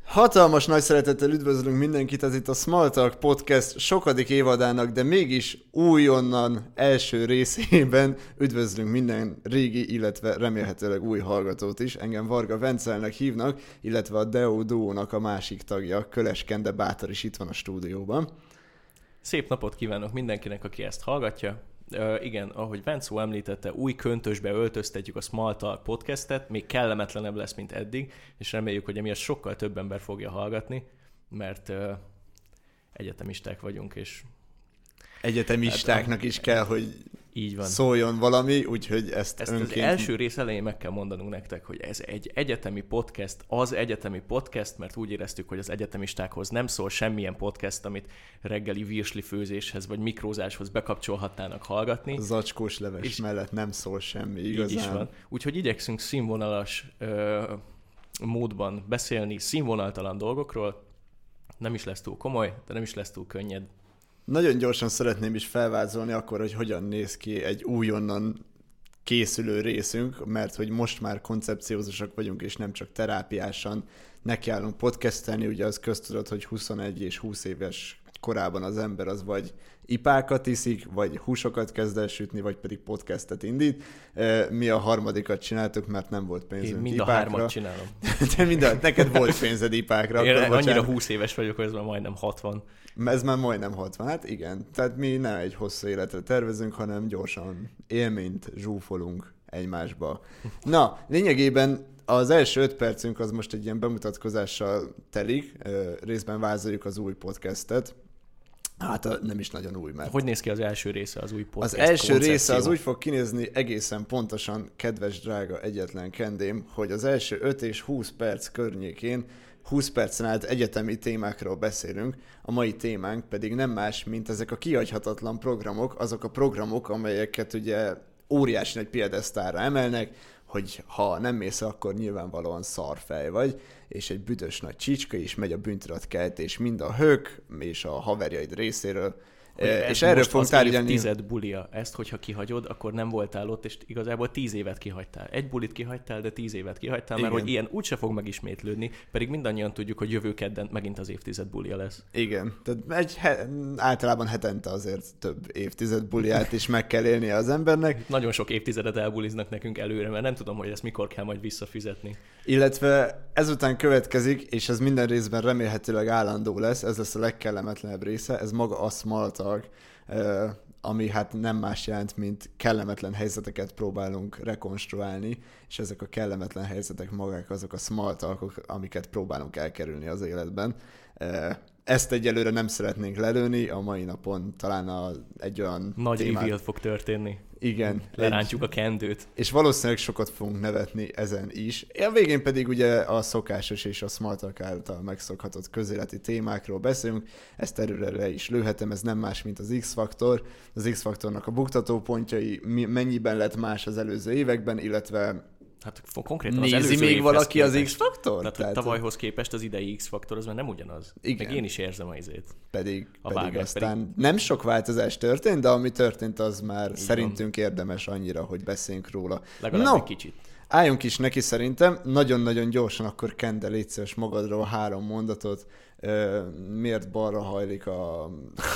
Hatalmas nagy szeretettel üdvözlünk mindenkit, ez itt a Small Talk Podcast sokadik évadának, de mégis újonnan első részében üdvözlünk minden régi, illetve remélhetőleg új hallgatót is. Engem Varga Vencelnek hívnak, illetve a Deo Duónak a másik tagja, Köles Kende Bátor is itt van a stúdióban. Szép napot kívánok mindenkinek, aki ezt hallgatja. Igen, ahogy Vencó említette, új köntösbe öltöztetjük a Small Talk Podcastet, még kellemetlenebb lesz, mint eddig, és reméljük, hogy emiatt sokkal több ember fogja hallgatni, mert egyetemisták vagyunk, és... Egyetemistáknak is kell, hogy így van. Szóljon valami, úgyhogy ezt önként... Az első rész elején meg kell mondanunk nektek, hogy ez egy egyetemi podcast, az egyetemi podcast, mert úgy éreztük, hogy az egyetemistákhoz nem szól semmilyen podcast, amit reggeli virslifőzéshez vagy mikrózáshoz bekapcsolhatnának hallgatni. A zacskós leves és mellett nem szól semmi, igazán. Így is van. Úgyhogy igyekszünk színvonalas módban beszélni színvonaltalan dolgokról. Nem is lesz túl komoly, de nem is lesz túl könnyed. Nagyon gyorsan szeretném is felvázolni akkor, hogy hogyan néz ki egy újonnan készülő részünk, mert hogy most már koncepciózusak vagyunk, és nem csak terápiásan nekiállunk podcastelni, ugye az köztudott, hogy 21 és 20 éves korában az ember az vagy ipákat iszik, vagy húsokat kezd el sütni, vagy pedig podcastet indít. Mi a harmadikat csináltuk, mert nem volt pénzünk ipákra. Én mind ipákra. A hármat csinálom. Te neked volt pénzed ipákra. Én annyira 20 éves vagyok, hogy ez már majdnem 60. Ez már majdnem 60, hát igen. Tehát mi nem egy hosszú életre tervezünk, hanem gyorsan élményt zsúfolunk egymásba. Na, lényegében az első 5 percünk az most egy ilyen bemutatkozással telik, részben vázoljuk az új podcastet. Hát nem is nagyon új, mert... Hogy néz ki az első része az új podcast? Az első része az úgy fog kinézni egészen pontosan, kedves drága egyetlen Kendém, hogy az első 5 és 20 perc környékén 20 percen át egyetemi témákról beszélünk, a mai témánk pedig nem más, mint ezek a kihagyhatatlan programok, azok a programok, amelyeket ugye óriási nagy piedesztálra emelnek, hogy ha nem mész, akkor nyilvánvalóan szarfej vagy, és egy büdös nagy csicska is megy a bűntudatkeltés mind a hők és a haverjaid részéről. És erről fogunk tárgyalni. Évtized bulia. Ezt, hogyha kihagyod, akkor nem voltál ott, és igazából 10 évet kihagytál. Egy bulit kihagytál, de 10 évet kihagytál, mert hogy ilyen úgyse fog megismétlődni, pedig mindannyian tudjuk, hogy jövő kedden megint az évtized bulia lesz. Igen, tehát általában hetente azért több évtized buliát is meg kell élnie az embernek. Nagyon sok évtizedet elbuliznak nekünk előre, mert nem tudom, hogy ezt mikor kell majd visszafizetni. Illetve ezután következik, és ez minden részben remélhetőleg állandó lesz, ez lesz a legkellemetlenebb része, ez maga a Small Talk, ami hát nem más jelent, mint kellemetlen helyzeteket próbálunk rekonstruálni, és ezek a kellemetlen helyzetek magák azok a Small Talkok, amiket próbálunk elkerülni az életben. Ezt egyelőre nem szeretnénk lelőni, a mai napon talán egy olyan nagy reveal fog történni. Igen. Lerántjuk a kendőt. És valószínűleg sokat fogunk nevetni ezen is. A végén pedig ugye a szokásos és a Small Talk által megszokhatott közéleti témákról beszélünk. Ezt előre le is lőhetem, ez nem más, mint az X-faktor. Az X-faktornak a buktatópontjai mennyiben lett más az előző években, előző konkrétan nézi az előző még valaki képest. az X-faktor? Tehát tavalyhoz képest az idei X-faktor az már nem ugyanaz. Igen. Meg én is érzem az izét. Pedig aztán nem sok változás történt, de ami történt, az már szerintünk érdemes annyira, hogy beszéljünk róla. Legalább egy kicsit. Álljunk is neki szerintem. Nagyon-nagyon gyorsan akkor Kende, légy szíves magadról 3 mondatot. Miért balra hajlik a...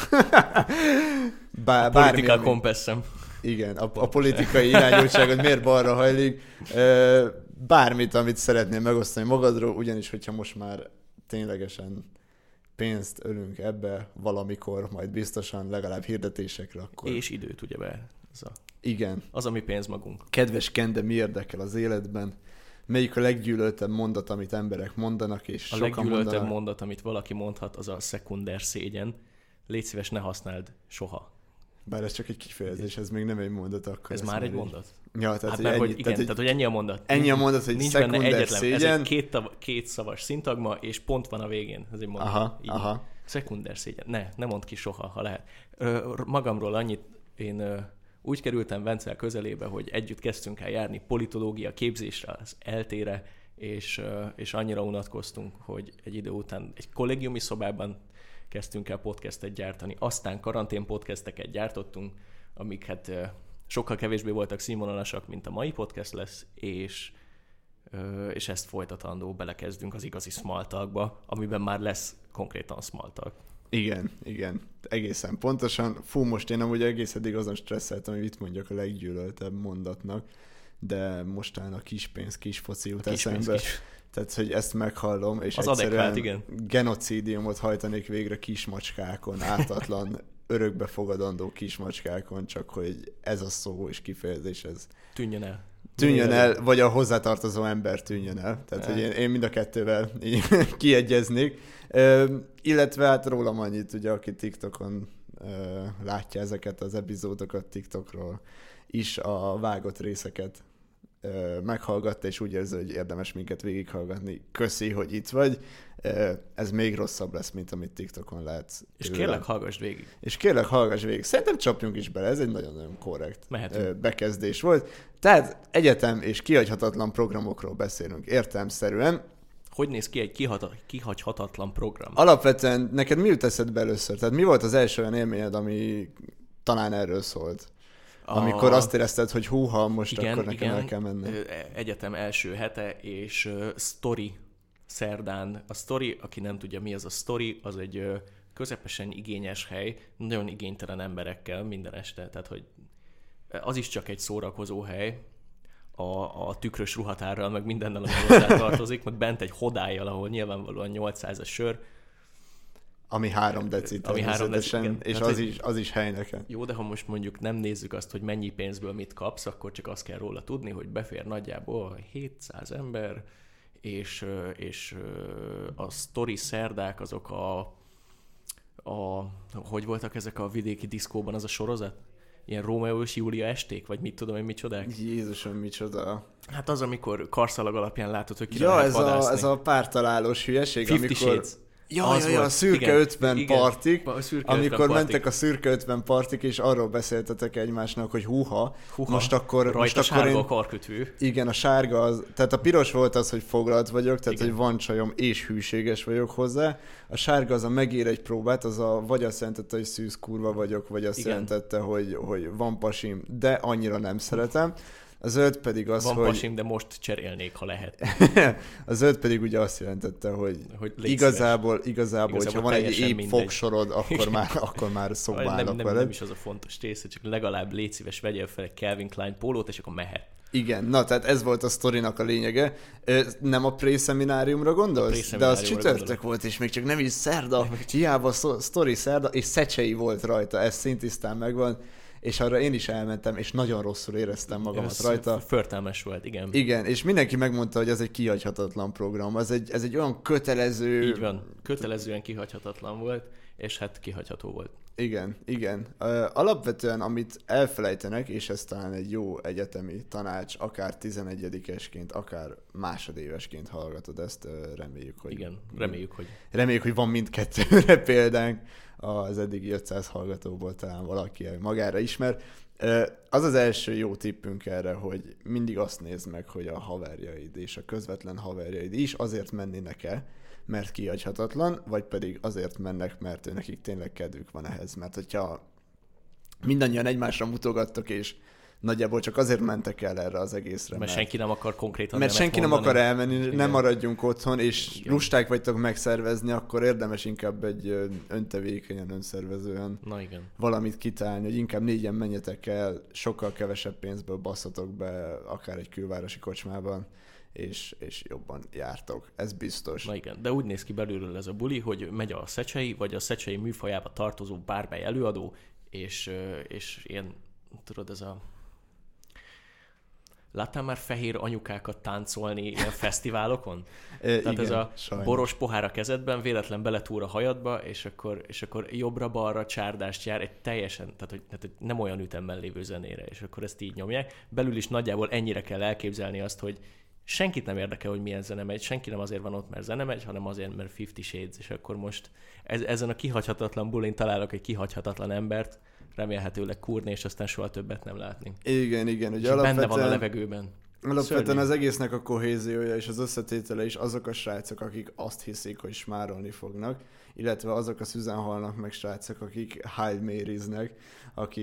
a political compassem. Igen, a politikai irányultságod miért balra hajlik. Bármit, amit szeretnél megosztani magadról, ugyanis, hogyha most már ténylegesen pénzt ölünk ebbe valamikor, majd biztosan legalább hirdetésekre, akkor... És időt, ugyebár. Igen. Az, ami pénz magunk. Kedves Kende, mi érdekel az életben? Melyik a leggyűlöltebb mondat, amit emberek mondanak, és a sokan mondanak? A leggyűlöltebb mondat, amit valaki mondhat, az a szekunder szégyen. Légy szíves, ne használd soha. Bár ez csak egy kifejezés, ez még nem egy mondat akkor. Ez már egy mondat? Ja, tehát, tehát, hogy ennyi a mondat. Ennyi a mondat, hogy szekunder szégyen. Ez egy két szavas szintagma, és pont van a végén. Ez egy mondat. Aha. Szekunder szégyen. Ne mondd ki soha, ha lehet. Magamról annyit, én úgy kerültem Vencel közelébe, hogy együtt kezdtünk el járni politológia képzésre, az eltére, és annyira unatkoztunk, hogy egy idő után egy kollégiumi szobában kezdtünk el podcastet gyártani. Aztán karantén podcasteket gyártottunk, amik hát sokkal kevésbé voltak színvonalasak, mint a mai podcast lesz, és és ezt folytatandó belekezdünk az igazi small talkba, amiben már lesz konkrétan small talk. Igen, egészen pontosan. Fú, most én amúgy egész eddig azon stresszeltem, hogy itt mondjak a leggyűlöltebb mondatnak, de mostán a kispénz, kis foci jut eszembe. Tehát, hogy ezt meghallom, és az egyszerűen adekvát, igen. genocidiumot hajtanék végre kismacskákon, ártatlan, örökbefogadandó kismacskákon, csak hogy ez a szó és kifejezés, ez tűnjön el, vagy a hozzátartozó ember tűnjön el. Tehát, hogy én mind a kettővel kiegyeznék. Illetve hát rólam annyit, ugye, aki TikTokon látja ezeket az epizódokat TikTokról is, a vágott részeket meghallgatta, és úgy érzi, hogy érdemes minket végighallgatni. Köszi, hogy itt vagy. Ez még rosszabb lesz, mint amit TikTokon látsz. És kérlek, hallgass végig. Szerintem csapjunk is bele, ez egy nagyon-nagyon korrekt bekezdés volt. Tehát egyetem és kihagyhatatlan programokról beszélünk értelemszerűen. Hogy néz ki egy kihagyhatatlan program? Alapvetően neked mi jut eszedbe először? Tehát mi volt az első olyan élményed, ami talán erről szólt? Amikor azt érezted, hogy húha, most akkor nekem el kell menni. Egyetem első hete, és Story szerdán. A Story, aki nem tudja, mi az a Story, az egy közepesen igényes hely, nagyon igénytelen emberekkel minden este. Tehát, hogy az is csak egy szórakozó hely, a tükrös ruhatárral, meg mindennel, ami hozzá tartozik, meg bent egy hodályjal, ahol nyilvánvalóan 800-as sör. Ami 3 deci természetesen, és hát, az is hely nekem. Jó, de ha most mondjuk nem nézzük azt, hogy mennyi pénzből mit kapsz, akkor csak azt kell róla tudni, hogy befér nagyjából 700 ember, és a Story szerdák azok hogy voltak ezek a vidéki diszkóban, az a sorozat? Ilyen Rómeó és Júlia esték, vagy mit tudom én, micsodák? Jézusom, micsoda. Hát az, amikor karszalag alapján látod, hogy ki lehet vadászni. Ez a pártalálós hülyeség, 50 Shades. A szürke igen, 50 partik, amikor mentek a szürke 50 partik, és arról beszéltetek egymásnak, hogy húha, most akkor sárga a karkötő. Igen, a sárga az, tehát a piros volt az, hogy foglalt vagyok, tehát igen, hogy van csajom, és hűséges vagyok hozzá. A sárga az a megér egy próbát, az vagy azt jelentette, hogy szűz kurva vagyok, vagy azt jelentette, hogy van pasim, de annyira nem szeretem. A zöld pedig az, van hogy... Van pasim, de most cserélnék, ha lehet. A zöld pedig ugye azt jelentette, hogy igazából hogyha van egy épp fogsorod, akkor már szóba állok veled. Nem is az a fontos része, csak legalább légy szíves, vegyél fel egy Calvin Klein pólót, és akkor mehet. Igen, na tehát ez volt a sztorinak a lényege. Nem a pré-szemináriumra gondolsz? De az csütörtök volt, és még csak nem is szerda. Hiába sztori szerda, és Szecsei volt rajta, ez szintisztán megvan. És arra én is elmentem, és nagyon rosszul éreztem magamat rajta. Förtelmes volt, igen. Igen, és mindenki megmondta, hogy ez egy kihagyhatatlan program. Ez egy olyan kötelező... Így van, kötelezően kihagyhatatlan volt, és hát kihagyható volt. Igen. Alapvetően, amit elfelejtenek, és ez talán egy jó egyetemi tanács, akár 11-esként, akár másodévesként hallgatod ezt, reméljük, hogy... Igen, reméljük, hogy van mindkettőre példánk. Az eddigi 500 hallgatóból talán valaki magára ismer. Az az első jó tippünk erre, hogy mindig azt nézd meg, hogy a haverjaid és a közvetlen haverjaid is azért mennének-e, mert kihagyhatatlan, vagy pedig azért mennek, mert nekik tényleg kedvük van ehhez. Mert hogyha mindannyian egymásra mutogattok, és nagyjából csak azért mentek el erre az egészre. Mert senki nem akar konkrétan mert senki mondani. nem akar elmenni, igen. Nem maradjunk otthon, és igen. Lusták vagytok megszervezni, akkor érdemes inkább egy öntevékenyen, önszervezően valamit kitálni, hogy inkább 4-en menjetek el, sokkal kevesebb pénzből basszatok be, akár egy külvárosi kocsmában, és jobban jártok. Ez biztos. Na igen, de úgy néz ki belülről ez a buli, hogy megy a Szecsei, vagy a Szecsei műfajába tartozó bármely előadó, és ilyen, tudod, ez a... Láttál már fehér anyukákat táncolni ilyen fesztiválokon? Tehát igen, ez a sajnos. Boros pohár a kezedben, véletlen beletúr a hajadba, és akkor jobbra-balra csárdást jár, egy teljesen, tehát nem olyan ütemmel lévő zenére, és akkor ezt így nyomják. Belül is nagyjából ennyire kell elképzelni azt, hogy senkit nem érdekel, hogy milyen zene megy, senki nem azért van ott, mert zene megy, hanem azért, mert 50 Shades, és akkor most ezen a kihagyhatatlan bulin találok egy kihagyhatatlan embert, remélhetőleg kúrni, és aztán soha többet nem látni. Igen. Ugye benne van a levegőben. Alapvetően az egésznek a kohéziója és az összetétele is azok a srácok, akik azt hiszik, hogy smárolni fognak, illetve azok a Susan Hallnak meg srácok, akik Hail Mary-znek, aki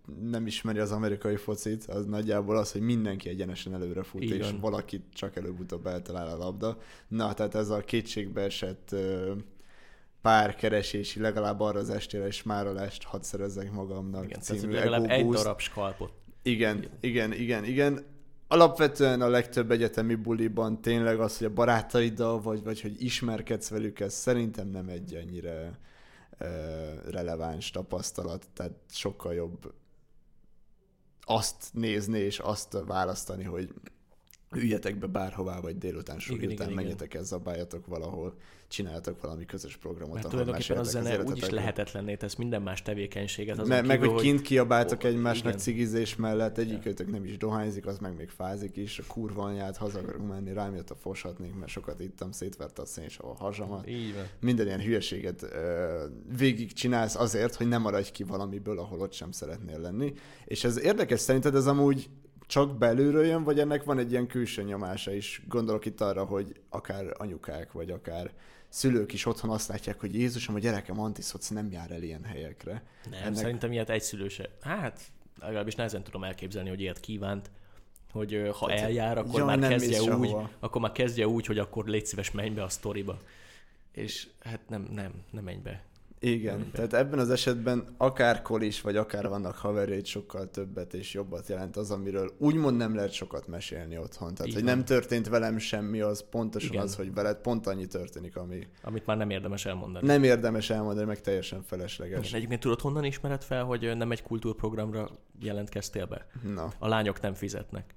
nem ismeri az amerikai focit, az nagyjából az, hogy mindenki egyenesen előre fut, így és van. valakit csak előbb-utóbb eltalál a labda. Na, tehát ez a kétségbe esett párkeresési, legalább arra az estére is márolást hadd szerezzek magamnak. Igen, tehát című legalább ego egy boost. darab skalpot. Igen. Alapvetően a legtöbb egyetemi buliban tényleg az, hogy a barátaiddal vagy hogy ismerkedsz velük, ez szerintem nem egy ennyire releváns tapasztalat, tehát sokkal jobb azt nézni és azt választani, hogy üljetek be bárhová, vagy délután suli után menjetek el, zabáljatok valahol, csináljatok valami közös programot. Mert tulajdonképpen a zene úgyis lehetetlenné tesz minden más tevékenységet. Meg hogy kint kiabáltok egymásnak igen. cigizés mellett, egyikőtök nem is dohányzik, az meg még fázik is, a kurva anyját, haza akarok menni, rám jött a foshatnék, mert sokat ittam, szétverte a szénsav a hasamat. Így van. Minden ilyen hülyeséget végig csinálsz azért, hogy ne maradj ki valamiből, ahol ott sem szeretnél lenni. És ez érdekes, szerinted ez amúgy csak belülről jön, vagy ennek van egy ilyen külső nyomása is? Gondolok itt arra, hogy akár anyukák, vagy akár szülők is otthon azt látják, hogy Jézusom, a gyerekem antiszoc nem jár el ilyen helyekre. Nem, szerintem ilyet egy szülő se. Hát, legalábbis nehezen tudom elképzelni, hogy ilyet kívánt, hogy ha tehát, eljár, akkor már kezdje úgy, hogy akkor légy szíves, menj be a sztoriba. És hát nem menj be. Igen, tehát ebben az esetben akár kolis, vagy akár vannak haverjaid, sokkal többet és jobbat jelent az, amiről úgymond nem lehet sokat mesélni otthon. Tehát, hogy nem történt velem semmi, az pontosan igen. Az, hogy veled pont annyi történik, amit már nem érdemes elmondani. Nem érdemes elmondani, meg teljesen felesleges. Igen, egyébként tudod, honnan ismered fel, hogy nem egy kultúrprogramra jelentkeztél be? Na. A lányok nem fizetnek.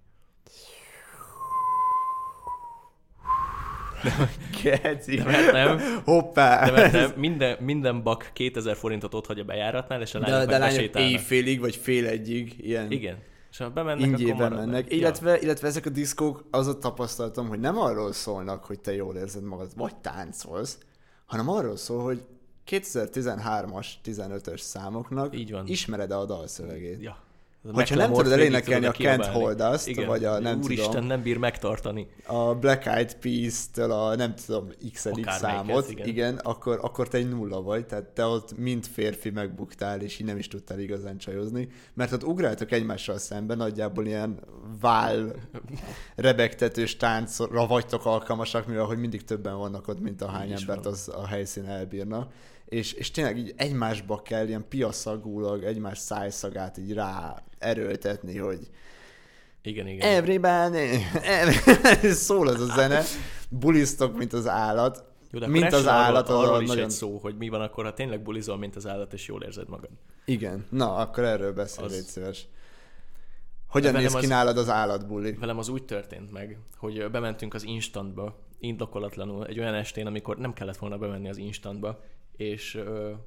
Geci. De nem. Hoppá. De mert nem. Minden bak 2000 forintot ott hagy a bejáratnál, és a lányok de lányok éjfélig, vagy fél egyig, ilyen. Igen. És ha bemennek, akkor mennek. Illetve ezek a diszkók, az a tapasztalatom, hogy nem arról szólnak, hogy te jól érzed magad, vagy táncolsz, hanem arról szól, hogy 2013-as, 15-ös számoknak ismered-e a dalszövegét. Ja. Hogyha nem tudod elénekelni a Can't Hold Us-t, vagy a nem Úristen, tudom... nem bír megtartani. A Black Eyed Peas-től a nem tudom x számot, igen, akkor te egy nulla vagy, tehát te ott mind férfi megbuktál, és így nem is tudtál igazán csajozni, mert ott ugráltok egymással szemben, nagyjából ilyen váll rebegtetős táncra vagytok alkalmasak, mivel hogy mindig többen vannak ott, mint ahány embert az a helyszín elbírna. És tényleg így egymásba kell ilyen piaszagúlag egymás szájszagát így rá erőltetni, hogy igen. Everybody, szól az a zene, bulisztok, mint az állat. Jó, de mint az állat. Arról is nagyon... egy szó, hogy mi van akkor, ha tényleg bulizol, mint az állat, és jól érzed magad. Igen. Na, akkor erről beszélj, légy szíves. Hogyan néz ki nálad az állatbuli? Velem az úgy történt meg, hogy bementünk az Instantba, indokolatlanul, egy olyan estén, amikor nem kellett volna bemenni az Instantba, és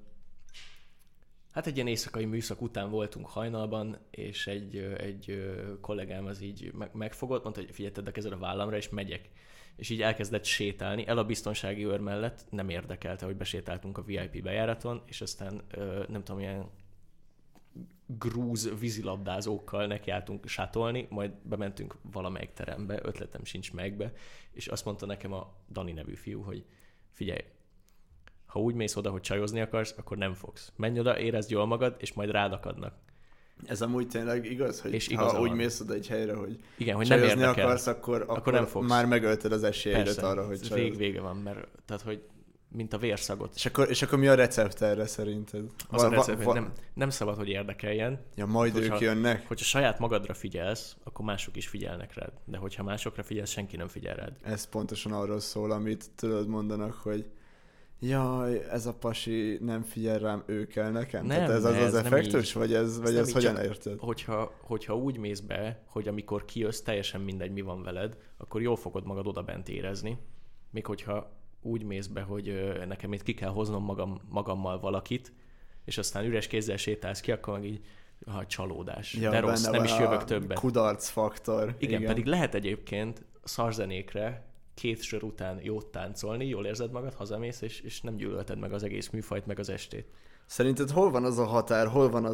hát egy ilyen éjszakai műszak után voltunk hajnalban, és egy kollégám az így megfogott, mondta, hogy figyelj, tedd a kezed a vállamra, és megyek. És így elkezdett sétálni, el a biztonsági őr mellett, nem érdekelte, hogy besétáltunk a VIP bejáraton, és aztán nem tudom, ilyen grúz vízilabdázókkal nekiálltunk sátolni, majd bementünk valamelyik terembe, ötletem sincs megbe, és azt mondta nekem a Dani nevű fiú, hogy figyelj, ha úgy mész oda, hogy csajozni akarsz, akkor nem fogsz. Menj oda, érezd jól magad, és majd rád akadnak. Ez amúgy tényleg igaz, hogy és ha úgy mész oda egy helyre, hogy igen, hogy csajozni nem akarsz, akkor nem fogsz. Már megölted az esélyeidet arra, hogy csajozni. Vége van, mert tehát, hogy mint a vérszagot. És akkor mi a recept erre szerinted? Az a recept, hogy nem szabad, hogy érdekeljen. Ja, majd ők jönnek. Hogyha saját magadra figyelsz, akkor mások is figyelnek rád. De hogyha másokra figyelsz, senki nem figyel rád. Ez pontosan arról szól, amit tudod mondanak, hogy jaj, ez a pasi nem figyel rám, ő kell nekem? Nem, tehát ez az effektus, vagy ez hogyan érted? Hogyha úgy mész be, hogy amikor kijössz, teljesen mindegy, mi van veled, akkor jól fogod magad oda bent érezni. Még hogyha úgy mész be, hogy nekem itt ki kell hoznom magammal valakit, és aztán üres kézzel sétálsz ki, akkor meg így csalódás. Ja, de rossz, nem is jövök többet. Kudarc faktor. Igen, pedig lehet egyébként szarzenékre 2 sör után jót táncolni, jól érzed magad, hazamész, és nem gyűlölted meg az egész műfajt, meg az estét. Szerinted hol van az a határ, hol van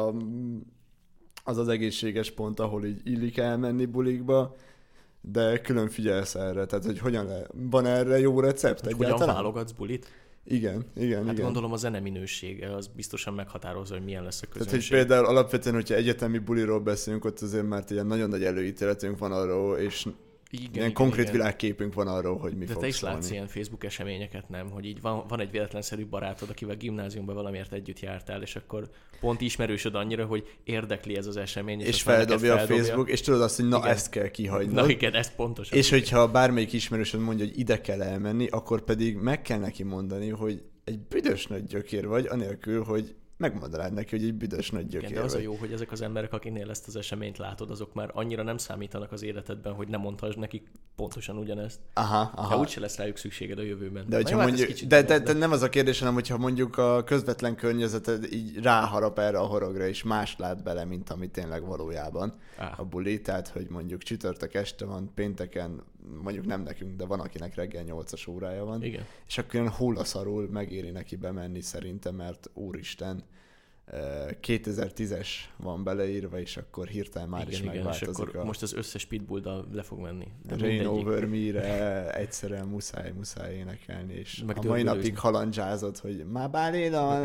az egészséges pont, ahol így illik elmenni bulikba, de külön figyelsz erre, tehát hogy van erre jó recept egyáltalán? Hogyan válogatsz bulit? Igen. Gondolom a zene minősége az biztosan meghatározza, hogy milyen lesz a közönség. Tehát, hogy például alapvetően, hogyha egyetemi buliról beszélünk, ott azért már ilyen nagyon nagy előítéletünk van arról, és ilyen konkrét világképünk van arról, hogy mi fog szólni. De te is szólni. látsz ilyen Facebook eseményeket, nem? Hogy így van egy véletlenszerű barátod, akivel gimnáziumban valamiért együtt jártál, és akkor pont ismerősöd annyira, hogy érdekli ez az esemény. És feldobja a Facebook, és tudod azt, hogy na ezt kell kihagyni. Na igen, ez pontosan. És hogyha bármelyik ismerősöd mondja, hogy ide kell elmenni, akkor pedig meg kell neki mondani, hogy egy büdös nagy gyökér vagy, anélkül, hogy megmondanád neki, hogy egy büdös nagy gyökér vagy. De az a jó, hogy ezek az emberek, akinél ezt az eseményt látod, azok már annyira nem számítanak az életedben, hogy ne mondhass nekik pontosan ugyanezt. Aha. De úgyse lesz rájuk szükséged a jövőben. De, hogyha mondjuk, de nem az a kérdés, hanem hogyha mondjuk a közvetlen környezeted így ráharap erre a horogra, és más lát bele, mint ami tényleg valójában a buli. Tehát, hogy mondjuk csütörtök este van, pénteken, mondjuk nem nekünk, de van, akinek reggel 8-as órája van. Igen. És akkor ilyen hullaszarul megéri neki bemenni szerintem, mert úristen, 2010-es van beleírva, és akkor hirtelen már is megváltozik. És akkor most az összes Pitbull-dal le fog menni. Rain Over Me-re egyszerűen muszáj énekelni, és a mai napig halandzsázott, hogy má bálina,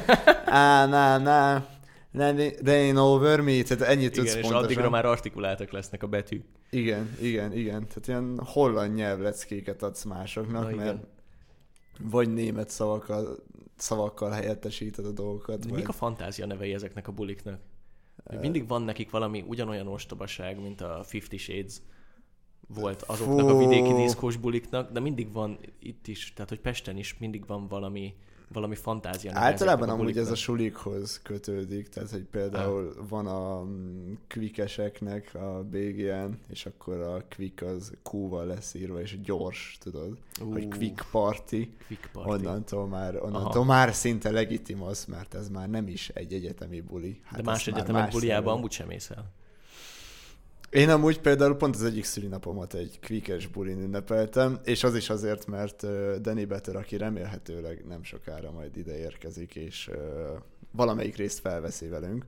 Rain Over Me, tehát ennyit tudsz pontosan. És addigra már artikuláltak lesznek a betűk. Igen. Tehát ilyen holland nyelvleckéket adsz másoknak, mert vagy német szavakkal helyettesíted a dolgokat. Vagy... Mik a fantázia nevei ezeknek a buliknak? Mindig van nekik valami ugyanolyan ostobaság, mint a 50 Shades volt azoknak a vidéki diszkós buliknak, de mindig van itt is, tehát hogy Pesten is mindig van valami fantázia. Általában amúgy ez a sulikhoz kötődik, tehát hogy például van a Quickeseknek a BGN, és akkor a Quick az Q-val lesz írva, és gyors, tudod, hogy Quick Party. Onnantól már szinte legitim az, mert ez már nem is egy egyetemi buli. Hát de más egyetemek buliában amúgy sem mész el. Én amúgy például pont az egyik szülinapomat egy Quickes bulin ünnepeltem, és az is azért, mert Danny Better, aki remélhetőleg nem sokára majd ide érkezik, és valamelyik részt felveszi velünk,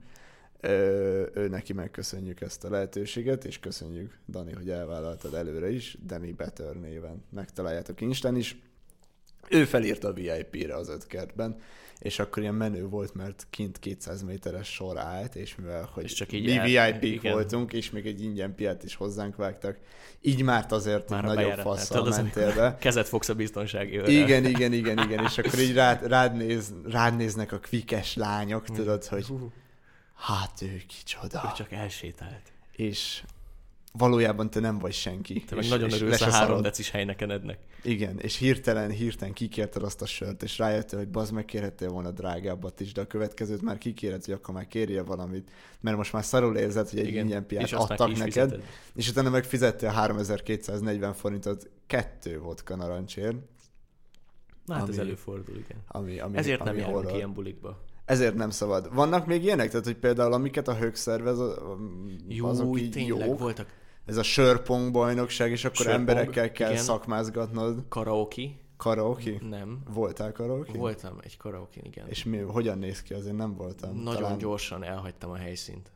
ő neki megköszönjük ezt a lehetőséget, és köszönjük, Dani, hogy elvállaltad előre is, Danny Better néven megtaláljátok Instán is. Ő felírta a VIP-re az 5 kertben, és akkor ilyen menő volt, mert kint 200 méteres sor állt, és mivel hogy és csak mi VIP-k voltunk, és még egy ingyen piát is hozzánk vágtak, így már azért már nagyobb fasszal mentél be. Kezet fogsz a biztonsági őrrel. Igen, és akkor így rád néznek a Quickes lányok, tudod, hogy hát ő kicsoda. Ő csak elsétált. És valójában te nem vagy senki. Te meg nagyon örülsz a 3 decis helynekenednek. Igen, és hirtelen kikérted azt a sört, és rájöttél, hogy bazd, megkérhettél volna drágábbat is, de a következőt már kikéred, hogy akkor már kérjél valamit, mert most már szarul érzed, hogy egy ingyen piát adtak neked, fizeted. És utána meg fizettél 3240 forintot 2 vodka narancsért. Na hát ez előfordul, igen. Ezért nem járunk ilyen bulikba. Ezért nem szabad. Vannak még ilyenek? Tehát, hogy például amiket a Hög szervez, azok így jók. Voltak. Ez a sörpong bajnokság, és akkor sörpong, emberekkel kell igen. szakmázgatnod. Karaoke? Nem. Voltál karaoke? Voltam egy karaoke, igen. És hogyan néz ki? Azért nem voltam. Nagyon gyorsan elhagytam a helyszínt.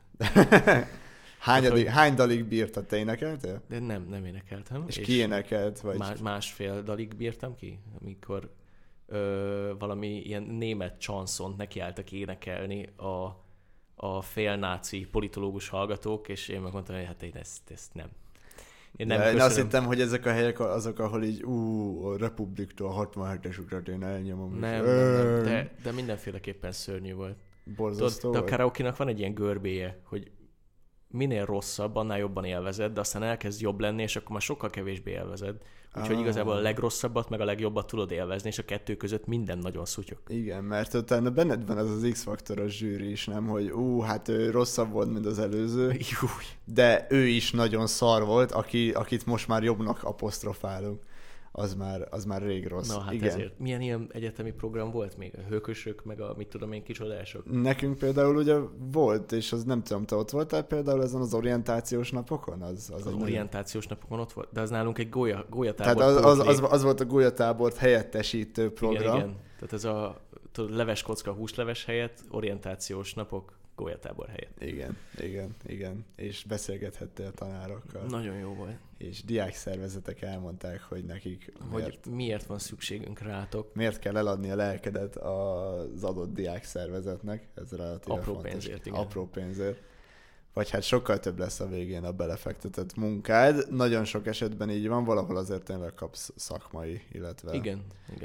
Hány dalig bírtad? Te énekeltél? De nem énekeltem. És ki énekelt? Vagy... Másfél dalig bírtam ki, amikor valami ilyen német csanszont nekiálltak énekelni a félnáci politológus hallgatók, és én megmondtam, hogy hát én ezt nem. Én azt hittem, hogy ezek a helyek azok, ahol így a Republiktól a 67-es ukrat én elnyomom. Nem, de mindenféleképpen szörnyű volt. Borzasztó de a karaoke-nak van egy ilyen görbéje, hogy minél rosszabb, annál jobban élvezed, de aztán elkezd jobb lenni, és akkor már sokkal kevésbé élvezed. Úgyhogy igazából a legrosszabbat, meg a legjobbat tudod élvezni, és a kettő között minden nagyon szutyok. Igen, mert utána benned van az X-faktoros zsűri is, nem? Hogy hát ő rosszabb volt, mint az előző, de ő is nagyon szar volt, akit most már jobbnak apostrofálunk. Az már rég rossz. Na hát igen. Ezért. Milyen ilyen egyetemi program volt még? A hőkösök, meg a mit tudom én kicsodások? Nekünk például ugye volt, és az nem tudom, te ott voltál például ezen az orientációs napokon? Az orientációs napokon ott volt, de az nálunk egy gólyatábor. Tehát az volt a gólyatábort helyettesítő program. Igen. Tehát ez a leves kocka húsleves helyett orientációs napok golyatábor helyett. Igen. És beszélgethettél tanárokkal. Nagyon jó volt. És diákszervezetek elmondták, hogy nekik miért van szükségünk rátok. Miért kell eladni a lelkedet az adott diákszervezetnek. Ez relatíve apró fontos. Pénzért, igen. Apró pénzért. Vagy hát sokkal több lesz a végén a belefektetett munkád. Nagyon sok esetben így van, valahol azért tényleg kapsz szakmai, illetve... Igen.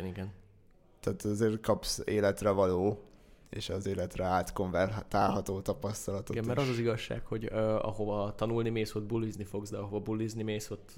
Tehát azért kapsz életre való, és az életre átkonvertálható tapasztalatot. Igen, mert az az igazság, hogy ahova tanulni mész, ott bulizni fogsz, de ahova bulizni mész, ott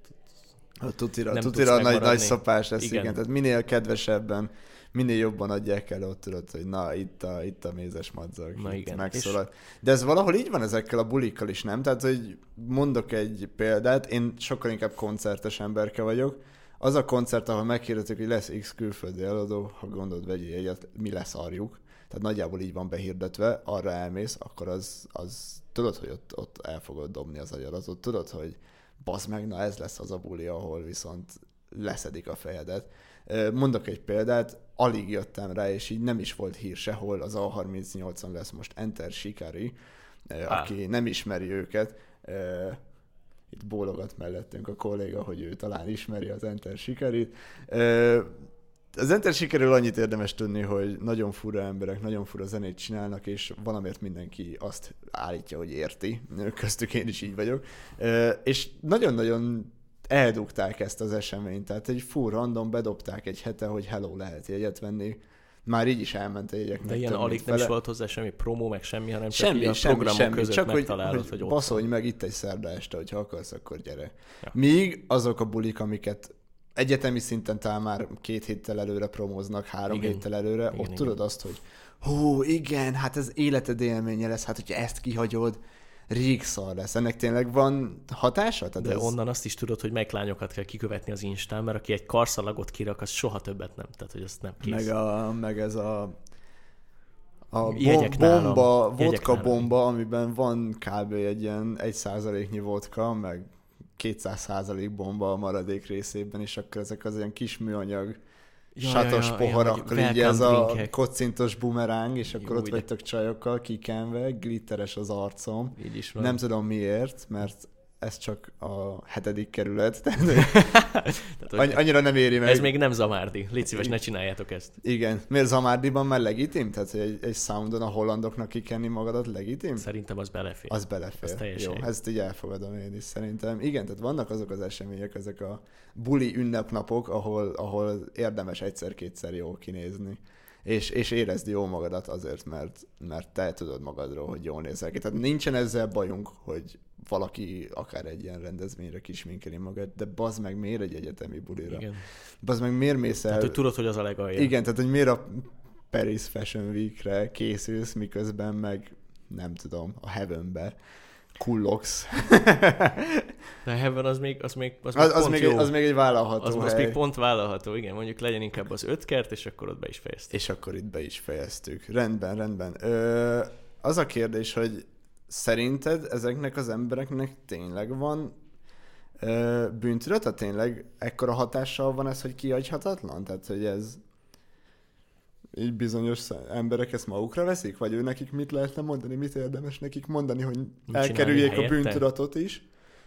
tutira nagy szopás lesz, igen. Tehát minél kedvesebben, minél jobban adják el, ott tudod, hogy na, itt a mézes madzag, megszólal. De ez valahol így van ezekkel a bulikkal is, nem? Tehát, hogy mondok egy példát, én sokkal inkább koncertes emberke vagyok. Az a koncert, ahol meghirdetjük, hogy lesz X külföldi eladó, ha gondolod, vegyél egyet, mi leszarjuk. Tehát nagyjából így van behirdetve, arra elmész, akkor az tudod, hogy ott el fogod dobni az agyaratot. Tudod, hogy bazd meg, na ez lesz az a buli, ahol viszont leszedik a fejedet. Mondok egy példát, alig jöttem rá, és így nem is volt hír sehol, az A38-on lesz most Enter Shikari, aki nem ismeri őket. Itt bólogat mellettünk a kolléga, hogy ő talán ismeri az Enter Shikarit. Az Enter Shikariről annyit érdemes tudni, hogy nagyon fura emberek, nagyon fura zenét csinálnak, és valamiért mindenki azt állítja, hogy érti. Köztük én is így vagyok. És nagyon-nagyon eldugták ezt az eseményt. Tehát egy full random bedobták egy hete, hogy hello, lehet jegyet venni. Már így is elment a jegyeknek. De ilyen alig nem is volt hozzá semmi promó, meg semmi, hanem csak semmi, a programok között csak megtalálod, hogy ott baszolj meg itt egy szerda este, hogyha akarsz, akkor gyere. Ja. Míg azok a bulik, amiket egyetemi szinten talán már 2 héttel előre promóznak, 3 héttel előre, ott tudod azt, hogy hú, igen, hát ez életed élménye lesz, hát hogyha ezt kihagyod, rég szar lesz. Ennek tényleg van hatása? Tehát de onnan azt is tudod, hogy melyik lányokat kell kikövetni az Instán, mert aki egy karszalagot kirak, az soha többet nem. Tehát, hogy azt nem kész. Meg ez a vodka bomba, amiben van kb. Egy ilyen 1%-nyi vodka, meg 200% bomba a maradék részében, és akkor ezek az ilyen kis műanyag satos poharakkal, így ez a kocintos bumeráng, és akkor ott vagytok csajokkal kikenve, glitteres az arcom. Így is van. Nem tudom miért, mert ez csak a 7. kerület. Annyira nem éri meg. Ez még nem Zamárdi. Légy szíves, ne csináljátok ezt. Igen. Miért Zamárdiban már legitim? Tehát, hogy egy soundon a hollandoknak kikenni magadat legitim? Szerintem az belefér. Az belefér. Jó, ezt így elfogadom én is szerintem. Igen, tehát vannak azok az események, ezek a buli ünnepnapok, ahol érdemes egyszer-kétszer jól kinézni. És érezd jól magadat azért, mert te tudod magadról, hogy jól nézel ki. Tehát nincsen ezzel bajunk, hogy valaki akár egy ilyen rendezvényre kisminkeli magát, de bazd meg, miért egy egyetemi bulira? Igen. Bazd meg, miért mész el... Tehát, hogy tudod, hogy az a legalja. Igen, tehát, hogy miért a Paris Fashion Week-re készülsz, miközben meg, nem tudom, a Heavenbe kullogsz. De a Heaven az még az még egy vállalható az még pont vállalható, igen. Mondjuk legyen inkább az 5 kert, és akkor ott be is fejeztük. És akkor itt be is fejeztük. Rendben. Az a kérdés, hogy szerinted ezeknek az embereknek tényleg van bűntudata? Tényleg ekkora hatással van ez, hogy kihagyhatatlan? Tehát, hogy ez így bizonyos emberek ezt magukra veszik? Vagy ő nekik mit lehetne mondani? Mit érdemes nekik mondani, hogy elkerüljék a bűntudatot is?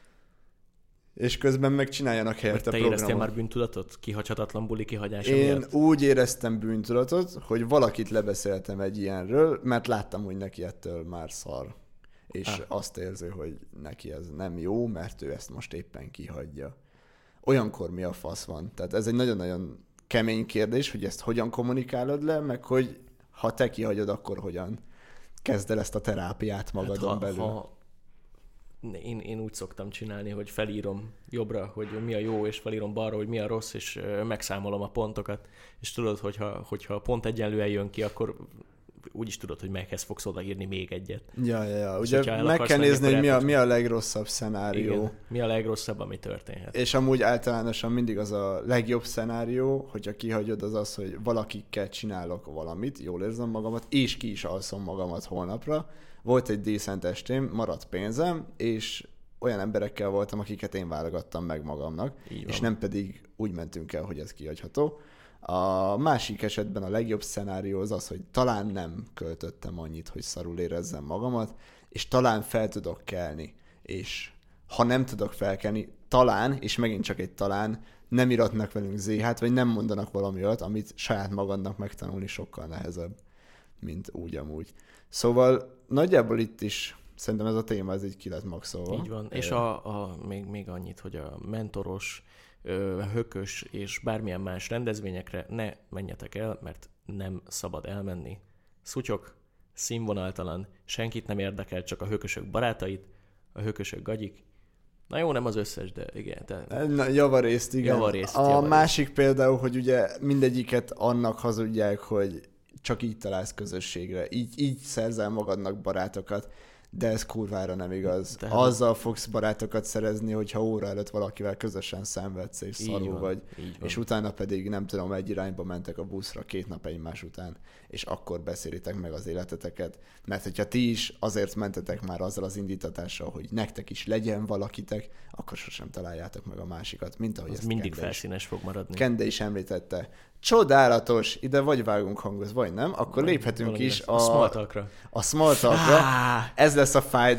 És közben megcsináljanak helyette programot. Te éreztél már bűntudatot? Kihagyhatatlan buli kihagyása Én miatt? úgy éreztem bűntudatot, hogy valakit lebeszéltem egy ilyenről, mert láttam, hogy neki ettől már szar. És azt érzi, hogy neki ez nem jó, mert ő ezt most éppen kihagyja. Olyankor mi a fasz van? Tehát ez egy nagyon-nagyon kemény kérdés, hogy ezt hogyan kommunikálod le, meg hogy ha te kihagyod, akkor hogyan kezd el ezt a terápiát magadon belül. Én úgy szoktam csinálni, hogy felírom jobbra, hogy mi a jó, és felírom balra, hogy mi a rossz, és megszámolom a pontokat. És tudod, hogyha a pont egyenlően jön ki, akkor úgyis tudod, hogy meghez fogsz odaírni még egyet. Ja. Ugye meg kell nézni, hogy mi a legrosszabb szenárió. Igen, mi a legrosszabb, ami történhet. És amúgy általánosan mindig az a legjobb szenárió, hogyha kihagyod, az, hogy valakikkel csinálok valamit, jól érzem magamat, és ki is alszom magamat holnapra. Volt egy decent estém, maradt pénzem, és olyan emberekkel voltam, akiket én válogattam meg magamnak, és nem pedig úgy mentünk el, hogy ez kihagyható. A másik esetben a legjobb szenárió az, hogy talán nem költöttem annyit, hogy szarul érezzem magamat, és talán fel tudok kelni. És ha nem tudok felkelni, talán, és megint csak egy talán, nem iratnak velünk ZH-t, vagy nem mondanak valami olyat, amit saját magadnak megtanulni sokkal nehezebb, mint úgy amúgy. Szóval nagyjából itt is szerintem ez a téma, ez így ki lett maxolva. Így van. És még annyit, hogy a mentoros, hökös és bármilyen más rendezvényekre ne menjetek el, mert nem szabad elmenni. Szutyok, színvonaltalan, senkit nem érdekel, csak a hökösök barátait, a hökösök gagyik. Na jó, nem az összes, de igen. Javarészt, igen. Javarészt. Másik például, hogy ugye mindegyiket annak hazudják, hogy csak így találsz közösségre, így szerzel magadnak barátokat, de ez kurvára nem igaz. Tehát azzal fogsz barátokat szerezni, hogyha óra előtt valakivel közösen szenvedsz, és szarul vagy, és utána pedig, nem tudom, egy irányba mentek a buszra 2 nap egymás után, és akkor beszélitek meg az életeteket. Mert hogyha ti is azért mentetek már azzal az indítatással, hogy nektek is legyen valakitek, akkor sosem találjátok meg a másikat, mint ahogy az ezt mindig felszínes fog maradni. Kende is említette. Csodálatos, ide vagy vágunk hangoz, vagy nem, akkor léphetünk is a small talkra. A small talkra. Ez lesz a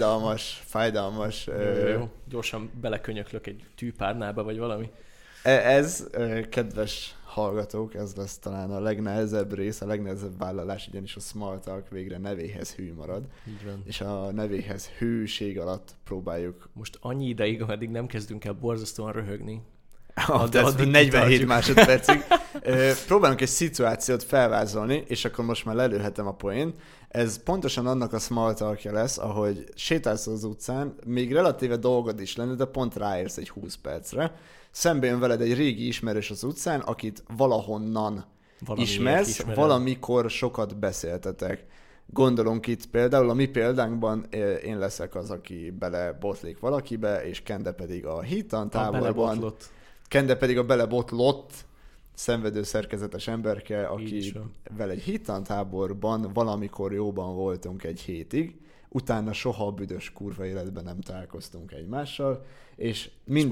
fájdalmas. Jó. Gyorsan belekönyöklök egy tűpárnába, vagy valami. Ez, kedves hallgatók, ez lesz talán a legnehezebb rész, a legnehezebb vállalás, ugyanis a small talk végre nevéhez hű marad. Így van. És a nevéhez hűség alatt próbáljuk. Most annyi ideig, ameddig nem kezdünk el borzasztóan röhögni. De 47 másodpercig. Próbálunk egy szituációt felvázolni, és akkor most már lelőhetem a poént. Ez pontosan annak a small talkja lesz, ahogy sétálsz az utcán, még relatíve dolgod is lenne, de pont ráérsz egy 20 percre. Szembe jön veled egy régi ismerős az utcán, akit valahonnan ismersz, valamikor sokat beszéltetek. Gondolunk itt például, a mi példánkban én leszek az, aki belebotlik valakibe, és Kende pedig a hittan távolban. Kende pedig a belebotlott szenvedő szerkezetes emberke, akivel egy hittantáborban valamikor jóban voltunk egy hétig, utána soha a büdös kurva életben nem találkoztunk egymással, és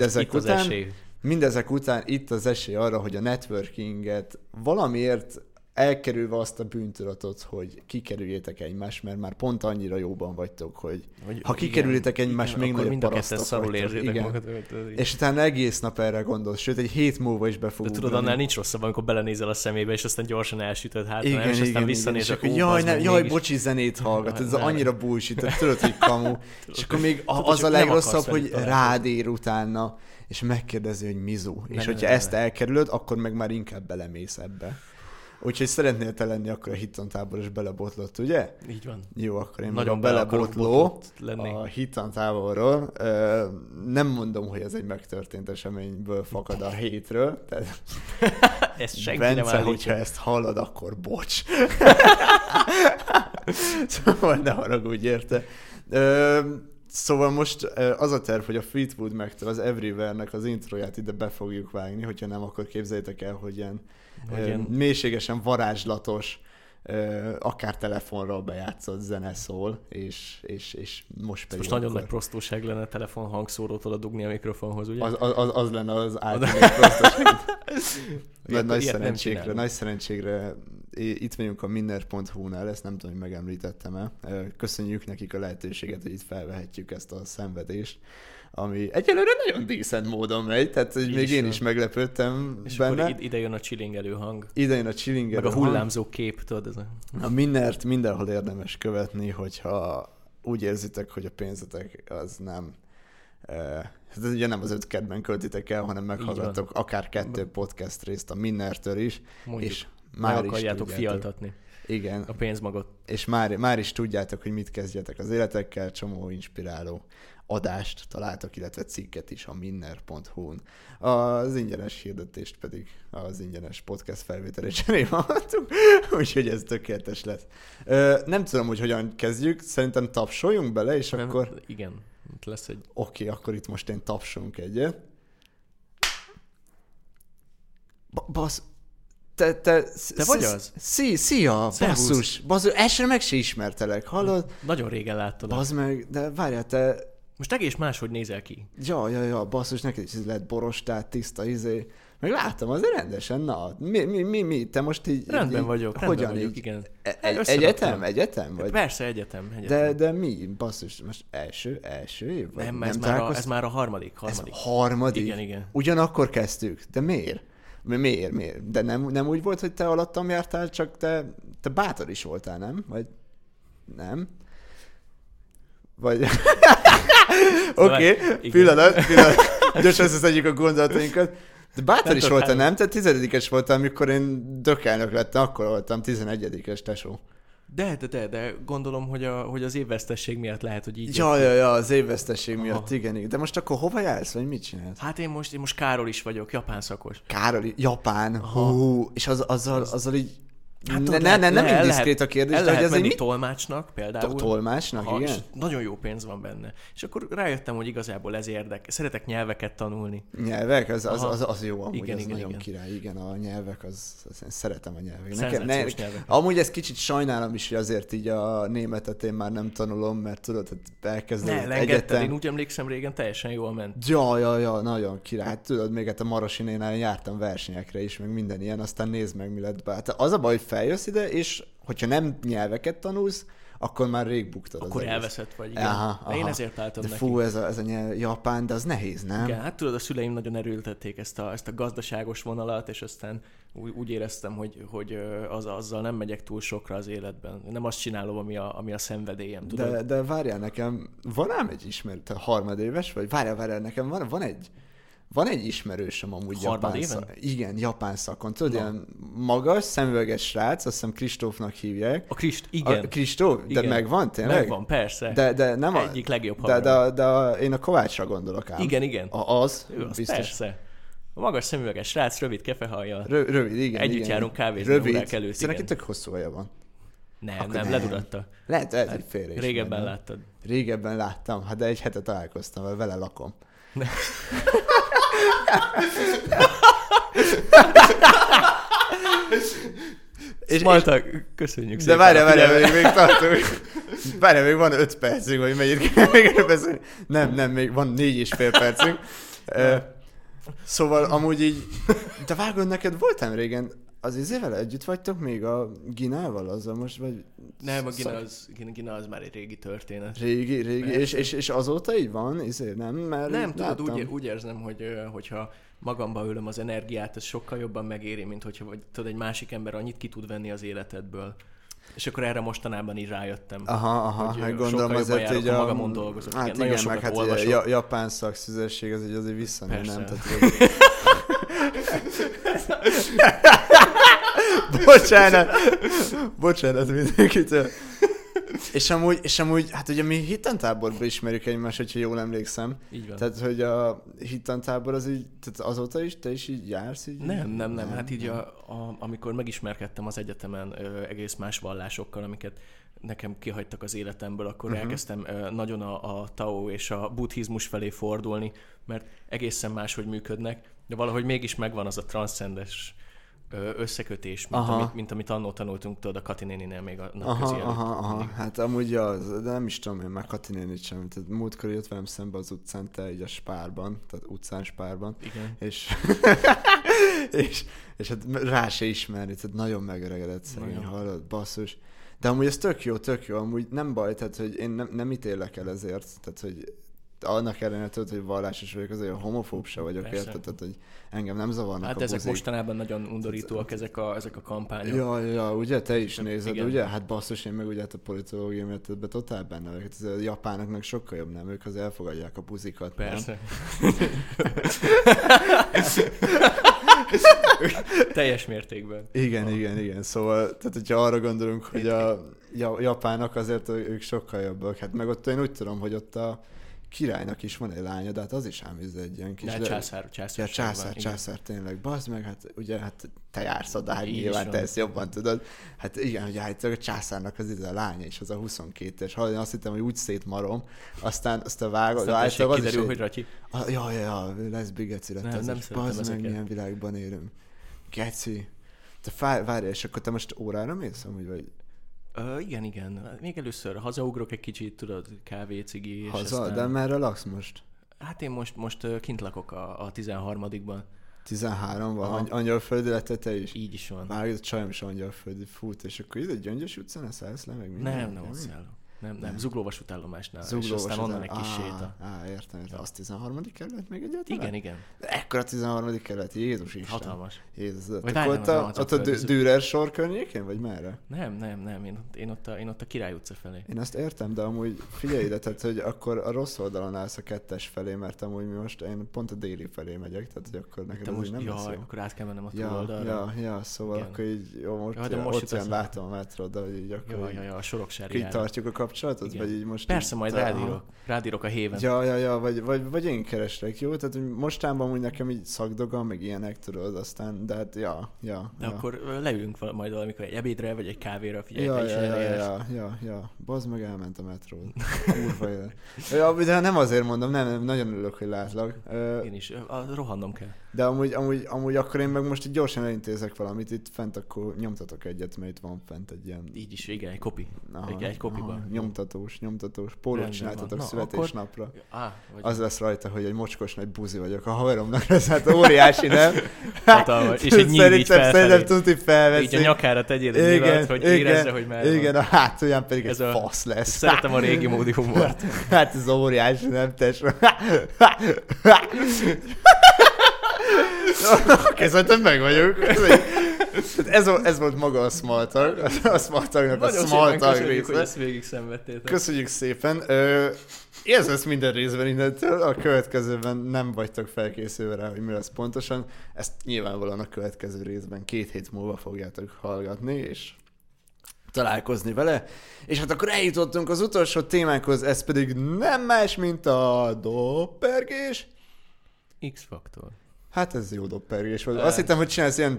mindezek után itt az esély arra, hogy a networkinget valamiért elkerülve azt a bűntudatot, hogy kikerüljétek egymást, mert már pont annyira jóban vagytok, hogy ha kikerülitek egymást, még nagyobb parasztok vagytok. És utána egész nap erre gondolsz, sőt egy hét múlva is be fogunk. De tudod, annál nincs rosszabb, amikor belenézel a szemébe, és aztán gyorsan elsütöd hátra, és aztán visszanézek. Jaj, bocsi, zenét hallgat, ez annyira bullshit, tudod, hogy kamu. És akkor még az a legrosszabb, hogy rád ér utána, és megkérdezi, hogy mizu. És hogyha ezt elkerülöd, akkor meg már inkább belemész ebbe. Úgyhogy szeretnél te lenni akkor a hittantáboros belebotlott, ugye? Így van. Jó, akkor én nagyon belebotló a hittantáborról. Nem mondom, hogy ez egy megtörtént eseményből fakad a hétről. Tehát ezt senki Bence, nem állítja. hogyha ezt hallod, akkor bocs. Szóval ne haragudj érte. Szóval most az a terv, hogy a Fleetwood Mac-től az Everywhere-nek az introját ide be fogjuk vágni, hogyha nem, akkor képzeljétek el, hogy ilyen mélységesen varázslatos, akár telefonról bejátszott zene szól, és most pedig... Most nagyon nagy prostóság lenne telefon hangszórót oda dugni a mikrofonhoz, ugye? Az lenne az általános prostóság. Nagy szerencségre itt vagyunk a minner.hu-nál, ezt nem tudom, hogy megemlítettem-e. Köszönjük nekik a lehetőséget, hogy itt felvehetjük ezt a szenvedést, ami egyelőre nagyon decent módon megy, tehát hogy még én is meglepődtem és benne. Akkor ide jön a chillingelő hang. Ide jön a chillingelő hang. Meg a hullámzó kép, tudod? Ez a Minnert mindenhol érdemes követni, hogyha úgy érzitek, hogy a pénzetek az nem... Ez ugye nem az 5 kedben költitek el, hanem meghallgattok akár 2 podcast részt a Minnertől is. Mondjuk, és már akarjátok fialtatni. Igen. A pénzmagot. És már is tudjátok, hogy mit kezdjetek az életekkel, csomó inspiráló adást találtok, illetve cikket is a minner.hu-n. Az ingyenes hirdetést pedig az ingyenes podcast felvételre cserébe hallottuk, úgyhogy ez tökéletes lesz. Nem tudom, hogy hogyan kezdjük, szerintem tapsoljunk bele, és nem, akkor... Igen, itt lesz egy... Oké, akkor itt most én tapsolunk egyet. Basz... Te vagy az? Szia, basszus, ezt meg se ismertelek, hallod? Nagyon régen láttad. Bazd meg, de várjál, te Most egész máshogy nézel ki. Ja, basszus, neked is lett borostát, tiszta Meg láttam, azért rendesen, na, mi, te most így... Rendben így, vagyok, hogyan vagyok, így? igen. Egyetem? Vagy? Persze, egyetem. De mi, basszus, most első év? Vagy Nem, ez már a harmadik. Ez harmadik? Igen. Ugyanakkor kezdtük, de miért? Miért? De nem úgy volt, hogy te alattam jártál, csak te bátor is voltál, nem? Vagy nem? Vagy... Oké, pillanat. Gyorsan összeszedjük a gondolatainkat. De bátor is voltál, nem? Te 10-es voltál, amikor én dökelnök lettem, akkor voltam 11-es tesó. De gondolom, hogy az évvesztesség miatt lehet, hogy így... Ja, az évvesztesség miatt, igen. De most akkor hova jársz, vagy mit csinálsz? Hát én most Károl is vagyok, japán szakos. Japán? Hú, és azzal így... Hát nem indiszkrét a kérdés, de hogy lehet azért menni tolmácsnak például. Tolmácsnak, igen? Nagyon jó pénz van benne. És akkor rájöttem, hogy igazából ez Szeretek nyelveket tanulni. Nyelvek? Az jó amúgy, igen, nagyon király. Igen, a nyelvek, én szeretem a nyelveket. Nyelvek. Amúgy ezt kicsit sajnálom is, hogy azért így a németet én már nem tanulom, mert tudod, hogy elkezdem egyetem. Én úgy emlékszem, régen teljesen jól ment. Ja, nagyon király. Hát tudod, még a Marosinénál jártam versenyekre is, meg minden ilyen, aztán nézd meg, mi lett be. Hát az a baj, hogy feljössz ide, és hogyha nem nyelveket tanulsz, akkor már rég buktad az Akkor egész. Elveszett vagy, igen. Aha. Én ezért álltam de neki. Fú, ez a nyelv, japán, de az nehéz, nem? Igen, hát tudod, a szüleim nagyon erőltették ezt a gazdaságos vonalat, és aztán úgy éreztem, hogy azzal nem megyek túl sokra az életben. Nem azt csinálom, ami a szenvedélyem, tudod? De várjál, nekem van ám egy ismerős, harmadéves vagy? Várjál, nekem van egy ismerősöm amúgy japán szakon. Igen, japán szakon. Tudod, ilyen magas, szemüveges srác, azt hiszem Kristófnak hívják. Igen. Kristóf? De igen. Megvan tényleg? Megvan, persze. De nem egyik legjobb haverom. De én a Kovácsra gondolok ám. Igen. Az biztos. Persze. A magas szemüveges srác, rövid kefehajjal. Rövid, igen. Együtt járunk kávézni órák előtt. Szerintem neki tök hosszú haja van. Nem, leduratta. Lehet, hogy félre is. Régebben láttad. Régebben láttam, hát de egy hete találkoztam, vele lakom. Malta, köszönjük szépen. De várjál, még tartunk. Várjál, még van 5 percünk, vagy mennyit kell még erről beszélni. Nem, még van 4,5 percünk. Szóval amúgy így, de vágod, neked voltam régen, az izével együtt vagytok még a Ginával, azzal most vagy... Nem, a Gina az már egy régi történet. Régi, és azóta így van, nem? Mert nem, tudod, úgy érzem, hogyha magamba ölöm az energiát, ez sokkal jobban megéri, mint hogyha tudod, egy másik ember annyit ki tud venni az életedből. És akkor erre mostanában így rájöttem. Aha, hát gondolom azért így a... magamon dolgozok. Hát igen, meg hát a japán szakszüzesség az így azért visszanő, nem? Bocsánat mindenkitől. És amúgy, hát ugye mi hittantáborban ismerjük egymást, hogyha jól emlékszem. Így van. Tehát, hogy a hittantábor az így, tehát azóta is te is így jársz? Így? Nem. Hát így amikor megismerkedtem az egyetemen egész más vallásokkal, amiket nekem kihagytak az életemből, akkor elkezdtem nagyon a Tao és a buddhizmus felé fordulni, mert egészen máshogy működnek, de valahogy mégis megvan az a transzcendes összekötés, mint amit annól tanultunk, tudod, a Kati néninél még a napközi előtt. Hát amúgy az, de nem is tudom én már Kati nénit sem. Tehát múltkor jött velem szembe az utcán, te így a Spárban, tehát utcán Spárban. Igen. És hát rá se ismerni, tehát nagyon megöregedett szegény, hallod, basszus. De amúgy ez tök jó, amúgy nem baj, tehát hogy én nem ítélek el ezért, tehát hogy annak ellenére tudod, hogy vallásos vagyok, azért a homofób se vagyok, érted? Tehát, hogy engem nem zavarnak hát a ezek mostanában nagyon undorítóak, ezek a kampányok. Ja, ugye, te is nézed, igen. ugye? Hát basszus, én meg ugye a politológia miatt ebben totál benne vagyok. A japánoknak sokkal jobb, nem? Ők az elfogadják a buzikat. Persze. Teljes mértékben. Igen. Szóval, tehát hogyha arra gondolunk, hogy a japánok azért ők sokkal jobbak. Hát meg ott én úgy tudom, hogy ott a királynak is van egy lánya, de hát az is ám egy ilyen kis... Császár, tényleg. Bazd meg, hát ugye, hát te jársz oda, hát nyilván te ezt jobban tudod. Hát igen, ugye hát a császárnak az a lánya is, az a 22-es. Én azt hittem, hogy úgy szétmarom, aztán vágod. Aztán kiderül, hogy Ratyi. Ja, leszbi geci lett az is. Bazd meg, milyen világban élünk. Geci. Te várjál, és akkor te most órára mész amúgy, vagy... Igen. Még először hazaugrok egy kicsit, tudod, kávé, cigi, és Haza? aztán... De merre laksz most? Hát én most kint lakok a 13-ban. 13 van, Aha. Angyalföldi lettél te is? Így is van. Már a csajom is Angyalföldi fut, és akkor ide Gyöngyös utcán szállsz le, meg minden? Nem ott szállok. Nem. Zuglóvasútállomásnál. És Zuglóvas aztán onnan egy után. kis séta. Értem. Az 13. kerület még egyáltalán? Igen. De ekkora 13. kerület, Jézus Isten. Hatalmas. Jézus, Vagy akkor várjál, ott a Dürer sor környékén, vagy merre? Nem. Én ott a Király utca felé. Én azt értem, de amúgy figyelj ide, tehát, hogy akkor a rossz oldalon állsz a 2-es felé, mert amúgy mi most, én pont a déli felé megyek, tehát hogy akkor neked az így nem lesz jó. Akkor át kell mennem a túloldalra. Ja, szóval Igen. akkor így, jó, de most ott olyan látom a metrót, de hogy így akkor a Soroksári így járat. tartjuk a kapcsolatot, Igen. vagy így most... Persze, majd rádírok a héven. Ja, vagy én kereslek, jó? Tehát hogy mostában úgy nekem így szakdogam, meg ilyenek, tudod, aztán, de hát, De akkor leülünk majd valamikor egy ebédre, vagy egy kávéra, figyelj, Ja. Bazd meg, elment a metrót. Kurva élet. Ja, de nem azért mondom, nem, nagyon örülök, hogy látlak. Én is, rohannom kell. De amúgy akkor én meg most így gyorsan elintézek valamit, itt fent akkor nyomtatok egyet, mert itt van fent egy ilyen... Így is, igen, egy kopi. Egy kopiban. Nyomtatós. Pólót csináltatok születésnapra. Az lesz rajta, hogy egy mocskos nagy buzi vagyok. A haveromnak ez hát óriási, nem? Hatalmas. És egy nyíl így felfelé. Szerintem tuti felveszi. Így a nyakára tegyél egy nyilat, hogy érezze, hogy már igen, a hátulján pedig egy fasz lesz. Szeretem a régi módi humort. Hát ez óriási, nem tesó. Oké, szerintem meg vagyunk. Ez volt maga a Small Talk. A Small Talknak a Small Talk része. Hogy ezt végig szenvedtétek. Köszönjük szépen. Ez lesz minden részben innentől. A következőben nem vagytok felkészülve rá, hogy mi lesz pontosan. Ezt nyilvánvalóan a következő részben 2 hét múlva fogjátok hallgatni, és találkozni vele. És hát akkor eljutottunk az utolsó témánkhoz, ez pedig nem más, mint a doppergés. X-faktor. Hát ez jó doppergés volt. Azt hittem, hogy csinálsz ilyen...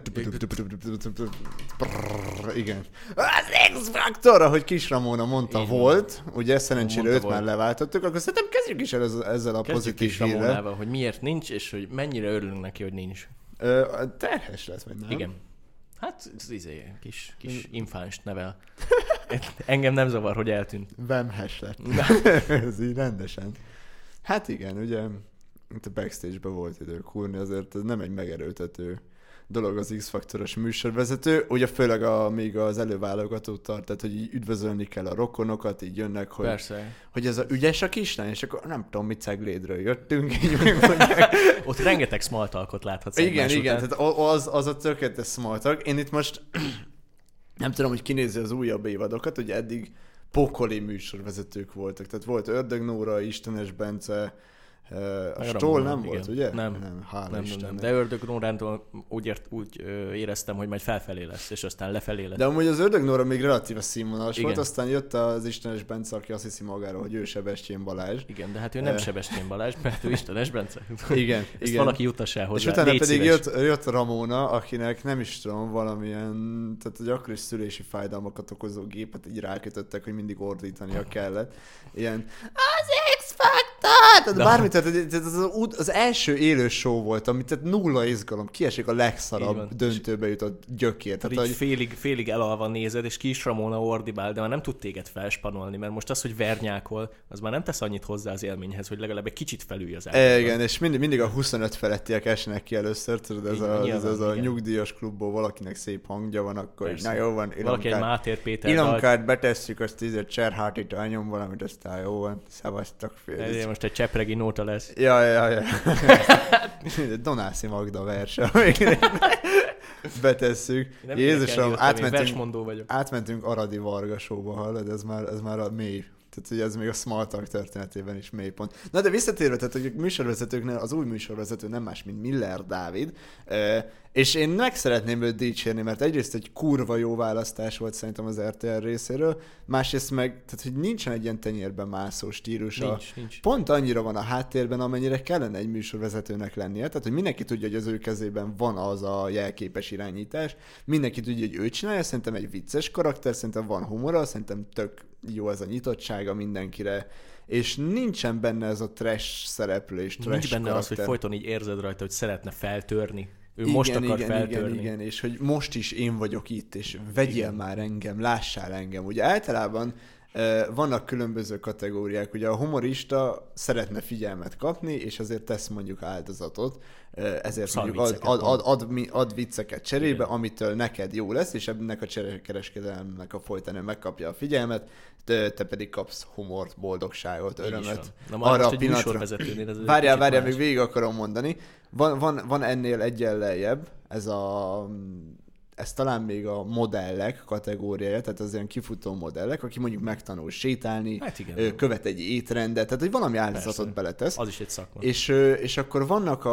Igen. Az X-faktor, ahogy Kis Ramona mondta, én volt. Ugye szerencsére őt már leváltottuk, akkor szerintem kezdjük is el ezzel a pozitív hírrel. Kezdjük Kis Ramonával, hogy miért nincs, és hogy mennyire örülünk neki, hogy nincs. Terhes lesz, vagy nem? Igen. Hát kis infánst nevel. Engem nem zavar, hogy eltűnt. Vemhes lett. Ez így rendesen. Hát igen, ugye... Itt a backstage-ben volt idő kúrni, azért ez nem egy megerőltető dolog az X-faktoros műsorvezető, ugye főleg még az előválogatót tart, tehát hogy így üdvözölni kell a rokonokat, így jönnek, hogy, persze. Hogy ez a ügyes a kislány, és akkor nem tudom, mit Ceglédről jöttünk, így ott rengeteg small talkot láthatsz. Igen, tehát az a tökéletes small talk. Én itt most nem tudom, hogy kinézi az újabb évadokat, hogy eddig pokoli műsorvezetők voltak, tehát volt Ördög Nóra, Istenes Bence, a Stoll nem igen. Volt, ugye? Nem. Hála Istennek. Nem. De Ördög Nórántól úgy éreztem, hogy majd felfelé lesz, és aztán lefelé lesz. De amúgy az Ördög Nóra még relatíve színvonalas igen. volt, aztán jött az Istenes Bence, aki azt hiszi magáról, hogy ő Sebestyén Balázs. Igen, de hát ő nem Sebestyén Balázs, mert ő Istenes Bence. Igen. Ezt valaki jutass el hozzá. És utána pedig jött Ramona, akinek nem is tudom, valamilyen, tehát egy akkor is szülési fájdalmakat okozó gépet így rákötöttek, hogy mindig ordítania kellett. Ilyen, az X-Factor! Tehát bármit, tehát az első élő show volt, amit tehát nulla izgalom, kiesik a legszarabb döntőbe jutott gyökér. Tehát így félig elalva nézed, és Kis Ramona ordibál, de már nem tud téged felspanolni, mert most az, hogy vernyákol, az már nem tesz annyit hozzá az élményhez, hogy legalább egy kicsit felülj az állapotban. Igen, és mindig a 25 felettiek esnek ki először, tudod, ez a nyugdíjas klubból valakinek szép hangja van, akkor na jó van, valaki egy Mátér Péter Ilomkát betesszük, azt Cserhátit elnyom valamit, aztán jó van, szevasztok. Most egy csepregi nóta lesz. Ja. Donászi Magda verse. Betesszük. Jézusom, átmentünk Aradi Varga showba, hallod? Ez már a mély. Tehát, hogy ez még a Small Talk történetében is mélypont. Na, de visszatérve, tehát, hogy a műsorvezetőknél az új műsorvezető nem más, mint Miller Dávid, és én meg szeretném őt dicsérni, mert egyrészt egy kurva jó választás volt szerintem az RTL részéről, másrészt meg, tehát, hogy nincsen egy ilyen tenyérben mászó stílusa. Nincs. Pont annyira van a háttérben, amennyire kellene egy műsorvezetőnek lennie, tehát, hogy mindenki tudja, hogy az ő kezében van az a jelképes irányítás, mindenki tudja, hogy ő csinálja, szerintem egy vicces karakter, szerintem van humora, szerintem tök jó ez a nyitottsága mindenkire, és nincsen benne ez a trash szereplés, trash nincs benne karakter. az, hogy folyton így érzed rajta, hogy szeretne feltörni. Ő most akar feltörni. Igen, és hogy most is én vagyok itt, és vegyél már engem, lássál engem. Ugye általában vannak különböző kategóriák, ugye a humorista szeretne figyelmet kapni, és azért tesz mondjuk áldozatot, ezért mondjuk ad vicceket cserébe, igen, amitől neked jó lesz, és ennek a kereskedelemnek a folytán megkapja a figyelmet, te pedig kapsz humort, boldogságot, örömet. Na, arra a pillanatra. Várjál, még végig akarom mondani. Van ennél egyen lejjebb, ez talán még a modellek kategóriája, tehát az ilyen kifutó modellek, aki mondjuk megtanul sétálni, hát követ egy étrendet, tehát hogy valami áldozatot beletesz. Az is egy szakma. És akkor vannak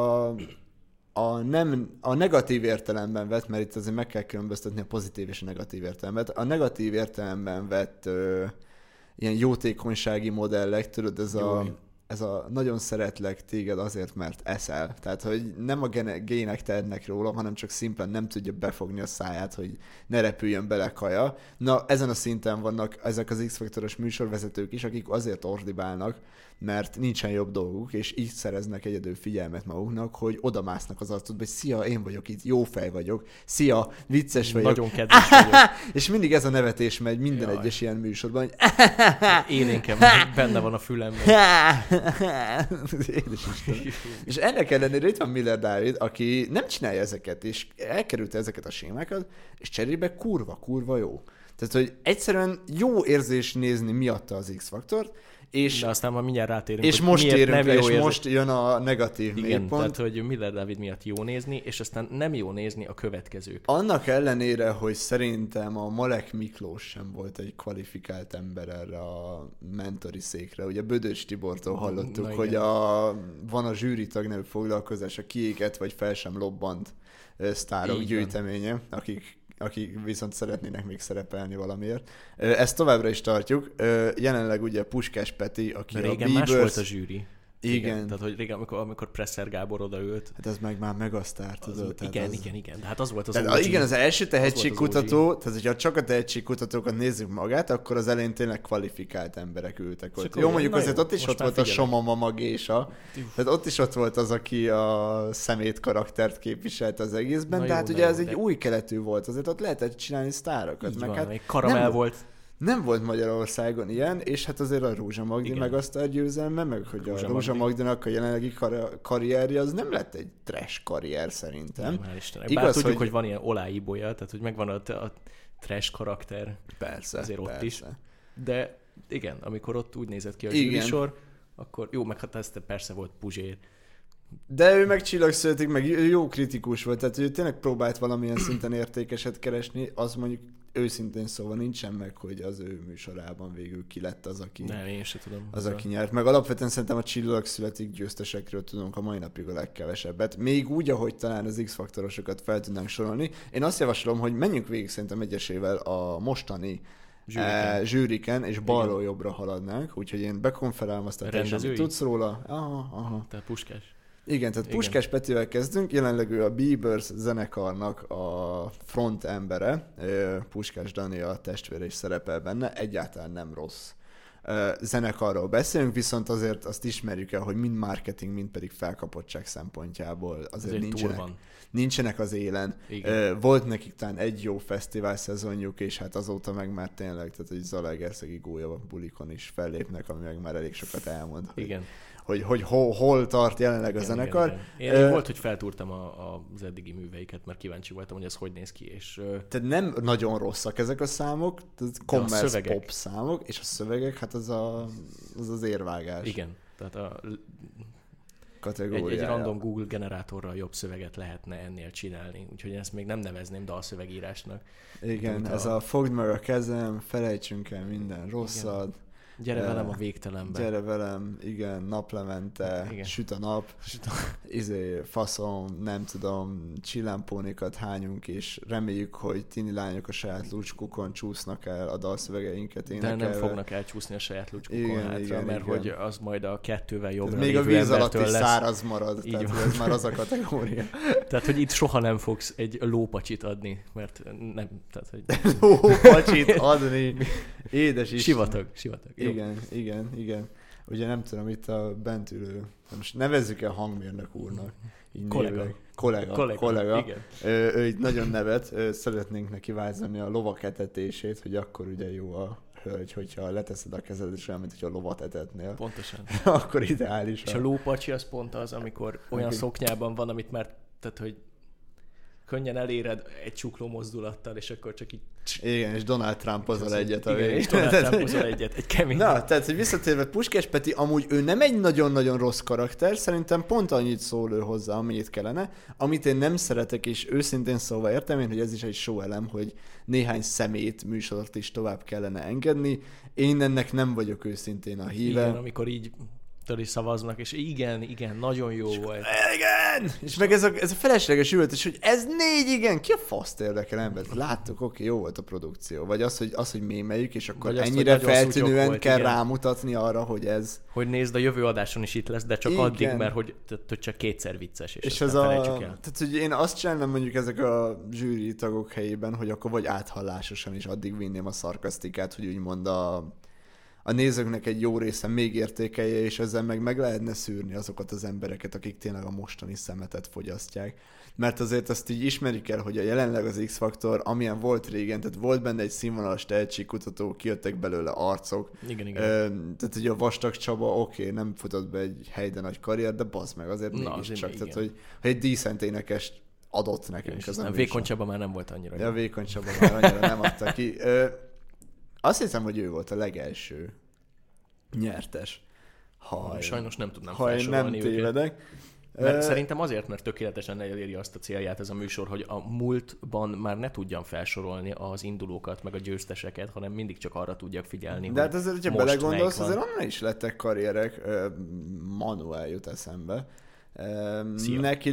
a negatív értelemben vett, mert itt azért meg kell különböztetni a pozitív és a negatív értelemben. A negatív értelemben vett ilyen jótékonysági modellek, tudod, ez a nagyon szeretlek téged azért, mert eszel. Tehát, hogy nem a gének tehetnek róla, hanem csak szimplán nem tudja befogni a száját, hogy ne repüljön bele kaja. Na, ezen a szinten vannak ezek az X-faktoros műsorvezetők is, akik azért ordibálnak, mert nincsen jobb dolguk, és így szereznek egyedül figyelmet maguknak, hogy odamásznak az arcodba, hogy szia, én vagyok itt, jó fej vagyok, szia, vicces vagyok. Nagyon kedves vagyok. És mindig ez a nevetés megy minden egyes ilyen műsorban, hogy énénkem benne van a fülemben. És ennek ellenére itt van Miller Dávid, aki nem csinálja ezeket, és elkerülte ezeket a sémákat, és cserébe kurva jó. Tehát, hogy egyszerűen jó érzés nézni miatta az X-faktort, és de aztán már mindjárt rátérünk, és most érünk és most jön a negatív mélypont. Igen, tehát, hogy Miller Dávid miatt jó nézni, és aztán nem jó nézni a következők. Annak ellenére, hogy szerintem a Malek Miklós sem volt egy kvalifikált ember erre a mentori székre. Ugye Bödöcs Tibortól hallottuk, hogy van a zsűritag nevű foglalkozás, a kiéket vagy fel sem lobbant sztárok gyűjteménye, akik viszont szeretnének még szerepelni valamiért. Ezt továbbra is tartjuk. Jelenleg ugye Puskás Peti, aki régen a Bieber's... más volt a zsűri. Igen. Tehát, hogy régen, amikor Presser Gábor odaült. Hát ez meg már megasztár, tudod. Igen. De hát az volt az OG. Igen, az első tehetségkutató, tehát hogyha csak a tehetségkutatókat nézzük magát, akkor az elején tényleg kvalifikált emberek ültek ott. Jó, mondjuk azért ott is ott volt a Soma Mama Gésa. Tehát ott is ott volt az, aki a szemét karaktert képviselt az egészben, de hát ugye ez egy új keletű volt, azért ott lehetett csinálni sztárokat. Meg hát Karamell volt. Nem volt Magyarországon ilyen, és hát azért a Rózsa Magdi meg azt a győzelme, meg hogy a Rózsa Magdinak a jelenlegi karrierje az nem lett egy trash karrier szerintem. Nem, hál' Istennek. Bár tudjuk, hogy van ilyen Olá-Ibolya, tehát hogy megvan a trash karakter. Persze, azért ott persze. is. De igen, amikor ott úgy nézett ki a zsűrisor, akkor jó, meg hát ez persze volt Puzsér. De ő meg csillagszületik, meg jó kritikus volt, tehát ő tényleg próbált valamilyen szinten értékeset keresni, az mondjuk őszintén szóval nincsen meg, hogy az ő műsorában végül ki lett az, aki, nem, én sem tudom, aki nyert. Meg alapvetően szerintem a csillagszületik győztesekről tudunk a mai napig a legkevesebbet. Még úgy, ahogy talán az X-faktorosokat fel tudnánk sorolni. Én azt javaslom, hogy menjünk végig szerintem egyesével a mostani zsűriken, és balról jobbra haladnánk, úgyhogy én bekonferálom azt, hogy tudsz róla. Aha. Tehát Puskás. Igen, tehát Puskás Petivel kezdünk, jelenleg ő a Bieber's zenekarnak a front embere, Puskás Dani a testvére is szerepel benne, egyáltalán nem rossz zenekarról beszélünk, viszont azért azt ismerjük el, hogy mind marketing, mind pedig felkapottság szempontjából azért nincsenek az élen. Volt nekik talán egy jó fesztivál szezonjuk, és hát azóta meg már tényleg, tehát hogy Zalaegerszegi Gólya bulikon is fellépnek, ami meg már elég sokat elmond. Igen. Hogy hol tart jelenleg a zenekar. Igen. Én volt, hogy feltúrtam az eddigi műveiket, mert kíváncsi voltam, hogy ez hogy néz ki. És, tehát nem nagyon rosszak ezek a számok, commerce pop számok, és a szövegek, hát az az érvágás. Igen, tehát kategóriája. Egy random Google generátorral jobb szöveget lehetne ennél csinálni, úgyhogy ezt még nem nevezném dalszövegírásnak. Igen, ez a fogd meg a kezem, felejtsünk el minden rosszat. Igen. Gyere velem a végtelenbe. Gyere velem, igen, naplemente, igen. Süt a nap, faszom, nem tudom, csillámpónikat hányunk, és reméljük, hogy tini lányok a saját lucskukon csúsznak el a dalszövegeinket énekelve. De nem fognak elcsúszni a saját lucskukon hátra, mert hogy az majd a kettővel jobbra még lévő a víz alatt is lesz. Száraz marad, tehát ez már az a kategória. Tehát, hogy itt soha nem fogsz egy lópacsit adni, mert nem, tehát, hogy... Lópacsit adni? Édes Isten. Sivatag. Igen. ugye nem tudom, itt a bent ülő, most nevezzük el hangmérnök úrnak. Így kollega. Igen. Ő így nagyon nevet, szeretnénk neki váltani a lovak etetését, hogy akkor ugye jó a hölgy, hogyha leteszed a kezed, és olyan, mint hogyha lovat etetnél. Pontosan. Akkor ideális. És a lópacsi az pont az, amikor olyan szoknyában van, amit már, tehát hogy könnyen eléred egy csukló mozdulattal, és akkor csak így... Igen, és Donald Trumpozol egyet. Igen, és Donald Trumpozol egyet, egy kemény. Na, tehát, hogy visszatérve Puskás Peti, amúgy ő nem egy nagyon-nagyon rossz karakter, szerintem pont annyit szól ő hozzá, amennyit kellene. Amit én nem szeretek, és őszintén szóval értem én, hogy ez is egy show elem, hogy néhány szemét műsort is tovább kellene engedni. Én ennek nem vagyok őszintén a híve. Igen, amikor így is szavaznak, és igen, nagyon jó volt. Igen! És meg ez a felesleges üvöltés, hogy ez 4 igen, ki a faszt érdekel embert? Láttuk, oké, jó volt a produkció. Vagy az, hogy mémeljük, és akkor vagy ennyire azt, feltűnően volt, kell igen. rámutatni arra, hogy ez... Hogy nézd, a jövő adáson is itt lesz, de csak igen. addig, mert hogy csak kétszer vicces, és ez nem felejtsük el. Tehát, hogy én azt csinálnám mondjuk ezek a zsűri tagok helyében, hogy akkor vagy áthallásosan is addig vinném a szarkasztikát, hogy úgymond a nézőknek egy jó része még értékelje, és ezzel meg lehetne szűrni azokat az embereket, akik tényleg a mostani szemetet fogyasztják. Mert azért azt így ismerik el, hogy a jelenleg az X-faktor, amilyen volt régen, tehát volt benne egy színvonalas tehetségkutató, kijöttek belőle arcok. Igen. Tehát ugye a Vastag Csaba, oké, nem futott be egy helyden nagy karrier, de bazd meg, azért mégiscsak. Tehát, hogy egy decent énekest adott nekünk. És aztán Vékony Csaba már nem volt annyira. Ja, Vékony Csaba már annyira nem adta ki. Azt hiszem, hogy ő volt a legelső nyertes. Sajnos nem tudnám ha én nem tévedek. Mert szerintem azért, mert tökéletesen eléri azt a célját ez a műsor, hogy a múltban már ne tudjam felsorolni az indulókat, meg a győzteseket, hanem mindig csak arra tudjak figyelni, de hát azért, hogyha belegondolsz, azért onnan is lettek karrierek. Manuel jut eszembe. Neki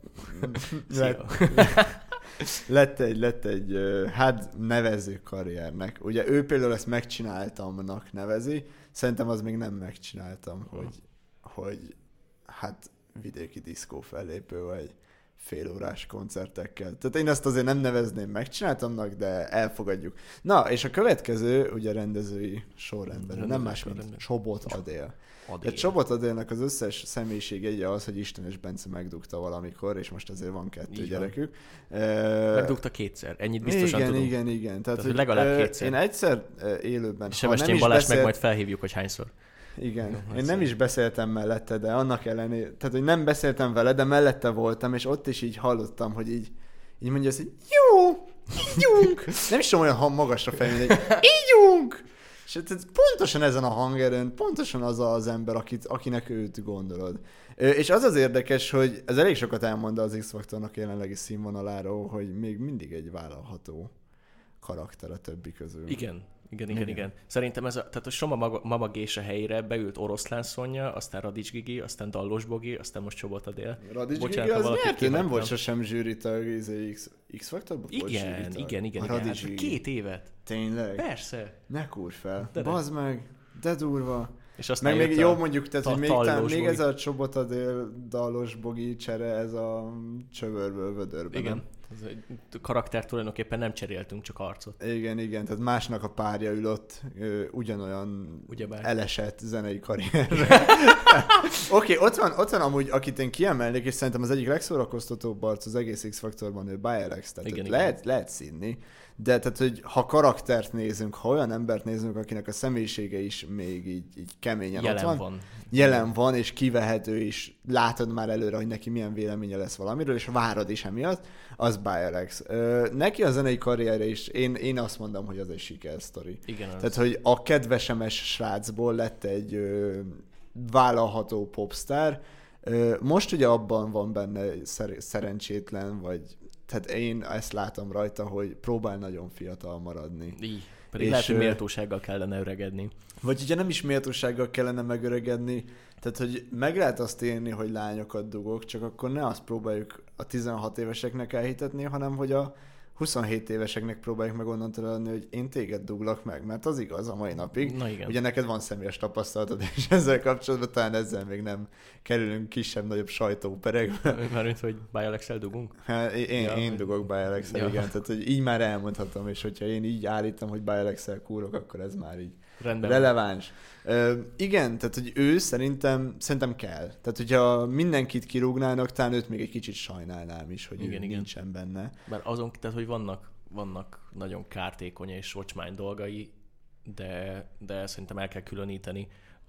lett egy hát nevező karriernek. Ugye ő például ezt megcsináltamnak nevezi, szerintem az még nem megcsináltam, hogy hát vidéki diszkó fellépő vagy félórás koncertekkel. Tehát én ezt azért nem nevezném megcsináltamnak, de elfogadjuk. Na, és a következő, ugye rendezői sorrendben, nem más, mint Csobot Adél. Tehát Csobot Adélnek az összes személyiségegye az, hogy Istenes Bence megdugta valamikor, és most azért van 2 gyerekük. Megdugta 2-szer, ennyit biztosan tudom. Igen. Tehát hogy legalább 2-szer. Én egyszer élőben... Sebestyén Balázs meg majd felhívjuk, hogy hányszor. Igen, én nem is beszéltem mellette, de annak ellenére, tehát hogy nem beszéltem vele, de mellette voltam, és ott is így hallottam, hogy így mondja azt, hogy jó, ígyunk! Nem is tudom olyan magasra fejlődni, hogy ígyunk! És pontosan ezen a hangerőn, pontosan az az ember, akinek őt gondolod. És az az érdekes, hogy ez elég sokat elmond az X-faktornak jelenlegi színvonaláról, hogy még mindig egy vállalható karakter a többi közül. Igen. Szerintem tehát a Soma Mama Gése helyére beült Oroszlán Szonya, aztán Radics Gigi, aztán Dallos Bogi, aztán most Csobot Adél. Radics Gigi az miért? Ő nem volt sosem zsűritag X-faktorban? Igen. Hát 2 évet. Tényleg? Persze. Ne kurj fel. Bazd meg, de durva. És aztán meg még jó mondjuk, tehát, hogy még ez a Csobot Adél, Dallos Bogi csere, ez a csövörből vödörben. Igen. Ez egy karakter tulajdonképpen nem cseréltünk, csak arcot. Igen, tehát másnak a párja ült ugyanolyan elesett zenei karrierre. Oké, ott van amúgy, akit én kiemelnék, és szerintem az egyik legszórakoztatóbb arc az egész X-faktorban, ő Bialex, tehát igen. Lehet színni, de tehát, hogy ha karaktert nézünk, ha olyan embert nézünk, akinek a személyisége is még így keményen ott van. Jelen van, és kivehető, és látod már előre, hogy neki milyen véleménye lesz valamiről, és várod is emiatt, az Bialex. Neki a zenei karrierje is, én azt mondom, hogy az egy sikersztori. Igen, az. Tehát, hogy a kedvesemes srácból lett egy vállalható popstar. Most ugye abban van benne szerencsétlen, vagy tehát én ezt látom rajta, hogy próbál nagyon fiatal maradni. Pedig lehet, hogy méltósággal kellene öregedni. Vagy ugye nem is méltósággal kellene megöregedni, tehát hogy meg lehet azt élni, hogy lányokat dugok, csak akkor ne azt próbáljuk a 16 éveseknek elhitetni, hanem hogy 27 éveseknek próbáljuk meg onnantól adni, hogy én téged duglak meg, mert az igaz a mai napig. Na igen. Ugye neked van személyes tapasztalatod, és ezzel kapcsolatban talán ezzel még nem kerülünk kisebb-nagyobb sajtóperekbe. Mármint, hogy Bialex-el dugunk? Hát én dugok Bialex-el, igen, tehát hogy így már elmondhatom, és hogyha én így állítom, hogy Bialex-el kúrok, akkor ez már így rendben releváns. Igen, tehát hogy ő szerintem kell. Tehát hogyha mindenkit kirúgnának, talán őt még egy kicsit sajnálnám is, hogy igen, ő nincsen benne. Mert azon, tehát hogy vannak nagyon kártékony és ocsmány dolgai, de szerintem el kell különíteni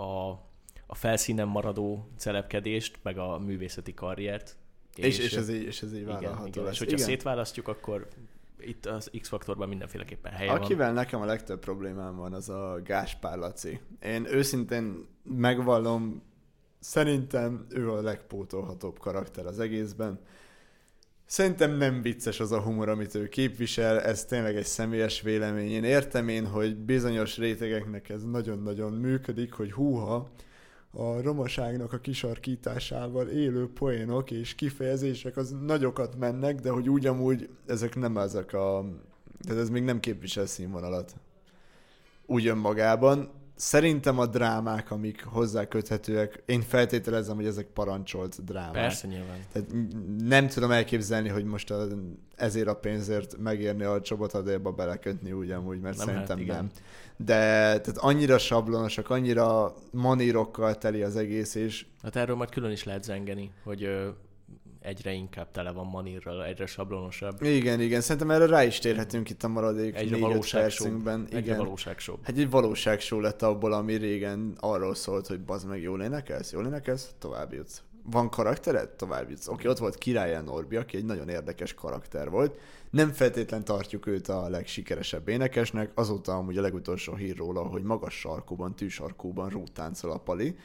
a felszínen maradó celebkedést, meg a művészeti karriert. És ez így vállalható. Igen. És hogyha szétválasztjuk, akkor itt az X-faktorban mindenféleképpen helye van. Akivel nekem a legtöbb problémám van, az a Gáspár Laci. Én őszintén megvallom, szerintem ő a legpótolhatóbb karakter az egészben. Szerintem nem vicces az a humor, amit ő képvisel, ez tényleg egy személyes vélemény. Én értem hogy bizonyos rétegeknek ez nagyon-nagyon működik, hogy húha, a romaságnak a kisarkításával élő poénok és kifejezések az nagyokat mennek, de hogy úgy amúgy ezek nem ezek tehát ez még nem képvisel színvonalat. Úgy önmagában. Szerintem a drámák, amik hozzá köthetőek, én feltételezem, hogy ezek parancsolt drámák. Persze, nyilván. Tehát nem tudom elképzelni, hogy most ezért a pénzért megérni a Csobotadéba belekötni ugyanúgy, mert nem szerintem nem. De tehát annyira sablonosak, annyira manírokkal teli az egész, és... Hát erről majd külön is lehet zengeni, hogy egyre inkább tele van manírral, egyre sablonosabb. Igen, szerintem erre rá is térhetünk itt a maradék 4-5 percünkben. Egyre valóságshow. Hát egy valóságshow lett abból, ami régen arról szólt, hogy bazd meg, jól énekelsz, tovább jutsz. Van karaktered? Tovább jutsz. Oké, ott volt Király Norbi, aki egy nagyon érdekes karakter volt. Nem feltétlen tartjuk őt a legsikeresebb énekesnek, azóta amúgy a legutolsó hír róla, hogy magas sarkúban, tűsarkúban rútáncol a Pali.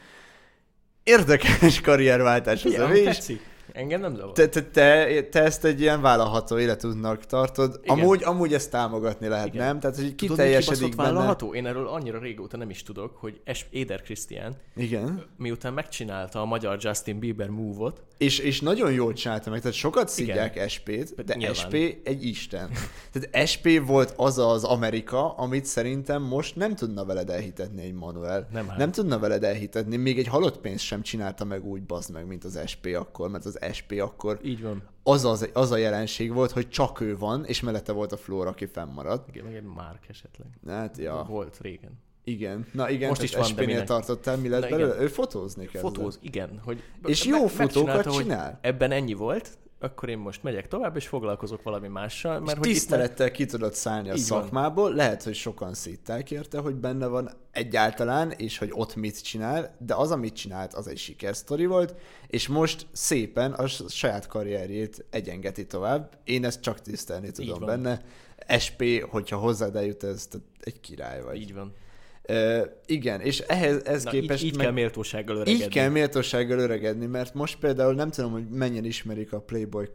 Érdekes karrierváltás az a tetszik. Engem nem zavar. Te ezt egy ilyen vállalható életútnak tartod. Amúgy ezt támogatni lehet, igen. Nem? Tehát, hogy kiteljesedik benne. Vállalható? Én erről annyira régóta nem is tudok, hogy Éder Krisztián, igen. Miután megcsinálta a magyar Justin Bieber move-ot. És nagyon jól csinálta meg, tehát sokat szidják SP-t, de nyilván. SP egy isten. Tehát SP volt az Amerika, amit szerintem most nem tudna veled elhitetni egy Manuel. Nem tudna veled elhitetni. Még egy halott pénzt sem csinálta meg úgy, bazd meg, mint az SP akkor, mert az SP akkor így van. Az a jelenség volt, hogy csak ő van, és mellette volt a Flóra, aki fennmaradt. Igen, meg egy Márk esetleg. Hát, ja. Volt régen. Igen. Na igen, most is van, SP-nél tartottál, mi lett belőle? Ő fotózni kezdett. Fotóz, igen. Hogy és jó fotókat csinál. Ebben ennyi volt, akkor én most megyek tovább, és foglalkozok valami mással. Mert és tisztelettel ki tudod szállni a szakmából. Van. Lehet, hogy sokan szitták érte, hogy benne van egyáltalán, és hogy ott mit csinál, de az, amit csinált, az egy sikersztori volt, és most szépen a saját karrierjét egyengeti tovább. Én ezt csak tisztelni tudom benne. SP, hogyha hozzád eljut, ez egy király vagy. Így van. Igen, és ehhez képest... Így kell méltósággal öregedni. Így kell méltósággal öregedni, mert most például nem tudom, hogy mennyien ismerik a Playboy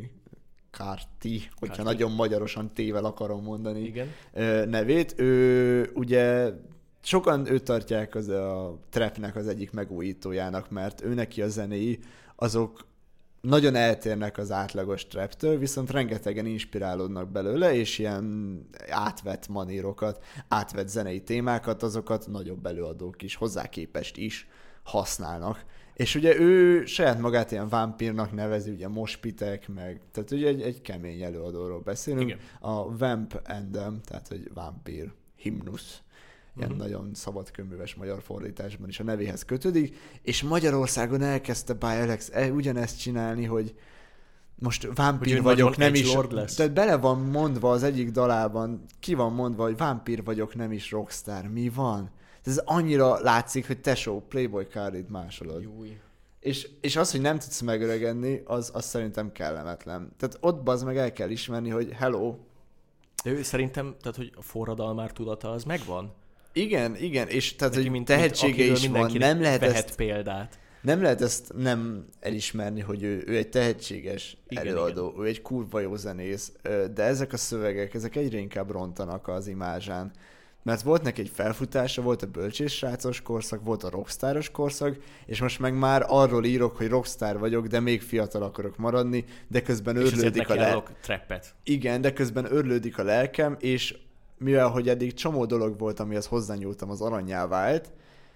Carti, hogyha nagyon magyarosan tével akarom mondani igen. Nevét. Ő ugye sokan őt tartják a trapnek az egyik megújítójának, mert ő neki a zenéi, azok nagyon eltérnek az átlagos traptől, viszont rengetegen inspirálódnak belőle, és ilyen átvett manírokat, átvett zenei témákat, azokat nagyobb előadók is, hozzá képest is használnak. És ugye ő saját magát ilyen vámpírnak nevezi, ugye Mospitek, meg, tehát ugye egy kemény előadóról beszélünk. Igen. A Vamp Anthem, tehát hogy vámpír himnusz. Ilyen nagyon szabadkőműves magyar fordításban is a nevéhez kötődik, és Magyarországon elkezdte Bialex ugyanezt csinálni, hogy most vámpír vagyok, nem is... Tehát bele van mondva az egyik dalában, ki van mondva, hogy vámpír vagyok, nem is rockstar. Mi van? Ez annyira látszik, hogy tesó, Playboy Cardit másolod. És az, hogy nem tudsz megöregedni, az szerintem kellemetlen. Tehát ott bazd meg el kell ismerni, hogy hello. Ő szerintem, tehát hogy a forradalmár tudata az megvan. Igen, és tehát, hogy tehetsége is van, nem lehet ezt példát. Nem lehet ezt nem elismerni, hogy ő egy tehetséges előadó, ő egy kurva jó zenész, de ezek a szövegek, ezek egyre inkább rontanak az imázsán. Mert volt neki egy felfutása, volt a bölcséssrácos korszak, volt a rockstáros korszak, és most meg már arról írok, hogy rockstar vagyok, de még fiatal akarok maradni, de közben örlődik trappet. Igen, de közben örlődik a lelkem, és mivel hogy eddig csomó dolog volt, amihez hozzányúltam, az aranyá vált,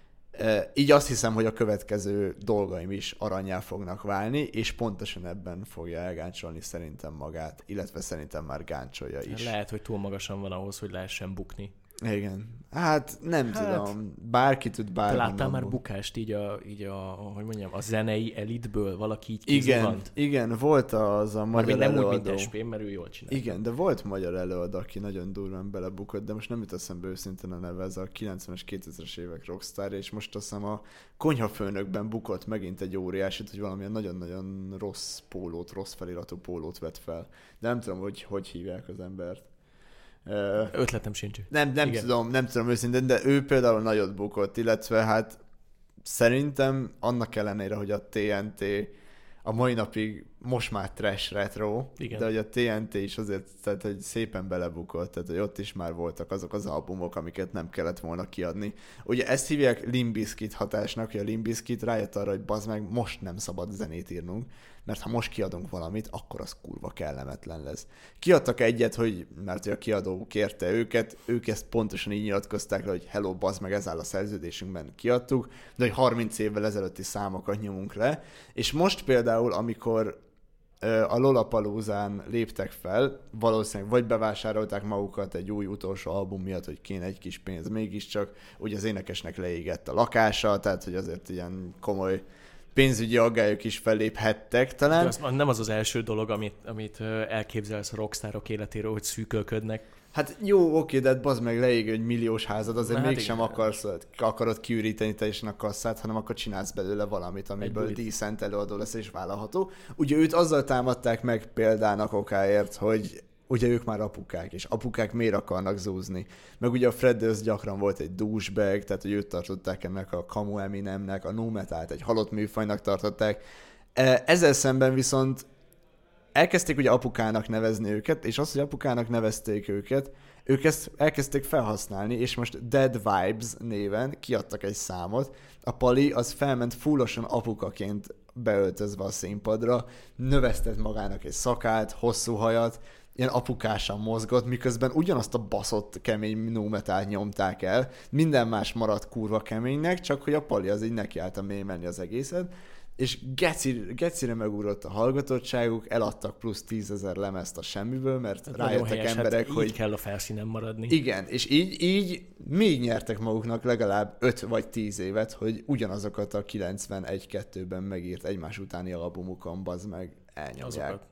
így azt hiszem, hogy a következő dolgaim is aranyá fognak válni, és pontosan ebben fogja elgáncsolni szerintem magát, illetve szerintem már gáncsolja is. Lehet, hogy túl magasan van ahhoz, hogy lehessen bukni. Igen. Hát nem tudom. Bárki tud bármi. Láttál már bukást így hogy mondjam, a zenei elitből valaki így kizuhant? Igen, volt az a magyar előadó. Nem előadó. úgy, mint SP, mert ő jól csinál. Igen, de volt magyar előadó, aki nagyon durván belebukott, de most nem jut eszembe őszintén a neve, ez a 90-es, 2000-es évek rockstar, és most azt hiszem a konyhafőnökben bukott megint egy óriásit, hogy valamilyen nagyon-nagyon rossz feliratú pólót vett fel. De nem tudom, hogy hívják az embert. Ötletem sincs. Nem tudom őszintén, de ő például nagyot bukott, illetve hát szerintem annak ellenére, hogy a TNT a mai napig most már trash retro, igen. De hogy a TNT is azért, tehát, hogy szépen belebukott, tehát hogy ott is már voltak azok az albumok, amiket nem kellett volna kiadni. Ugye ezt hívják Limp Bizkit hatásnak, hogy a Limp Bizkit rájött arra, hogy bazd meg, most nem szabad zenét írnunk, mert ha most kiadunk valamit, akkor az kurva kellemetlen lesz. Kiadtak egyet, mert a kiadó kérte őket, ők ezt pontosan így nyilatkozták le, hogy hello, bazd meg, ez áll a szerződésünkben, kiadtuk, de hogy 30 évvel ezelőtti számokat nyomunk le, és most például, amikor a Lollapaloozán léptek fel, valószínűleg vagy bevásárolták magukat egy új utolsó album miatt, hogy kéne egy kis pénz, mégiscsak ugye az énekesnek leégett a lakása, tehát hogy azért ilyen komoly pénzügyi aggályok is felléphettek talán. De nem az első dolog, amit elképzelsz a rockstárok életéről, hogy szűkölködnek. Hát jó, oké, de bazd meg leég egy milliós házad, azért mégsem akarod kiüríteni teljesen a kasszát, hanem akkor csinálsz belőle valamit, amiből decent előadó lesz és vállalható. Ugye őt azzal támadták meg példának okáért, hogy ugye ők már apukák, és apukák miért akarnak zúzni. Meg ugye a Fred Durst gyakran volt egy douchebag, tehát hogy őt tartották ennek a Kamu Eminemnek, a nu metalt egy halott műfajnak tartották. Ezzel szemben viszont elkezdték ugye apukának nevezni őket, és az, hogy apukának nevezték őket, ők ezt elkezdték felhasználni, és most Dead Vibes néven kiadtak egy számot. A Pali az felment fullosan apukaként beöltözve a színpadra, növesztett magának egy szakát, hosszú hajat, ilyen apukásan mozgott, miközben ugyanazt a baszott kemény nu metált nyomták el, minden más maradt kurva keménynek, csak hogy a Pali az így nekiállt a mélymenni az egészet, és gecire megugrott a hallgatottságuk, eladtak plusz 10 000 lemezt a semmiből, mert hát rájöttek helyes, emberek, hát hogy... így kell a felszínen maradni. Igen, és így még nyertek maguknak legalább 5 vagy 10 évet, hogy ugyanazokat a 91-2-ben megírt egymás utáni albumukon, bazd meg, elnyomják. Azokat.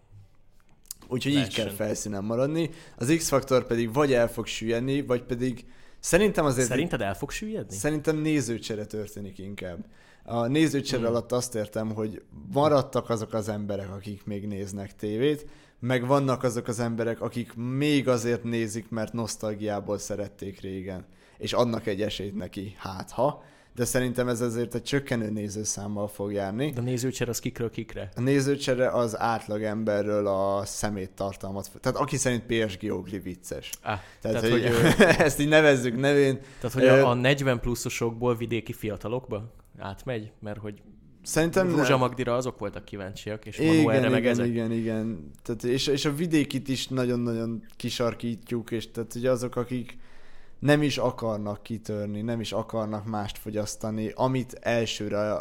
Úgyhogy így kell felszínen maradni. Az X-faktor pedig vagy el fog süllyedni, vagy pedig szerintem azért... Szerinted el fog süllyedni? Szerintem nézőcsere történik inkább. A nézőcsere alatt azt értem, hogy maradtak azok az emberek, akik még néznek tévét, meg vannak azok az emberek, akik még azért nézik, mert nosztalgiából szerették régen, és adnak egy esélyt neki, hátha. De szerintem ez azért egy csökkenő nézőszámmal fog járni. De a nézőcsere az kikről kikre? A nézőcsere az átlag emberről a szeméttartalmat. Tehát aki szerint PSG Ogli vicces. Tehát hogy ezt így nevezzük nevén. Tehát, hogy a 40 pluszosokból vidéki fiatalokba átmegy? Mert hogy szerintem Rózsa Magdira azok voltak kíváncsiak, és Manu erre meg ezek. Igen. Tehát, és a vidékit is nagyon-nagyon kisarkítjuk, és tehát ugye azok, akik nem is akarnak kitörni, nem is akarnak mást fogyasztani, amit elsőre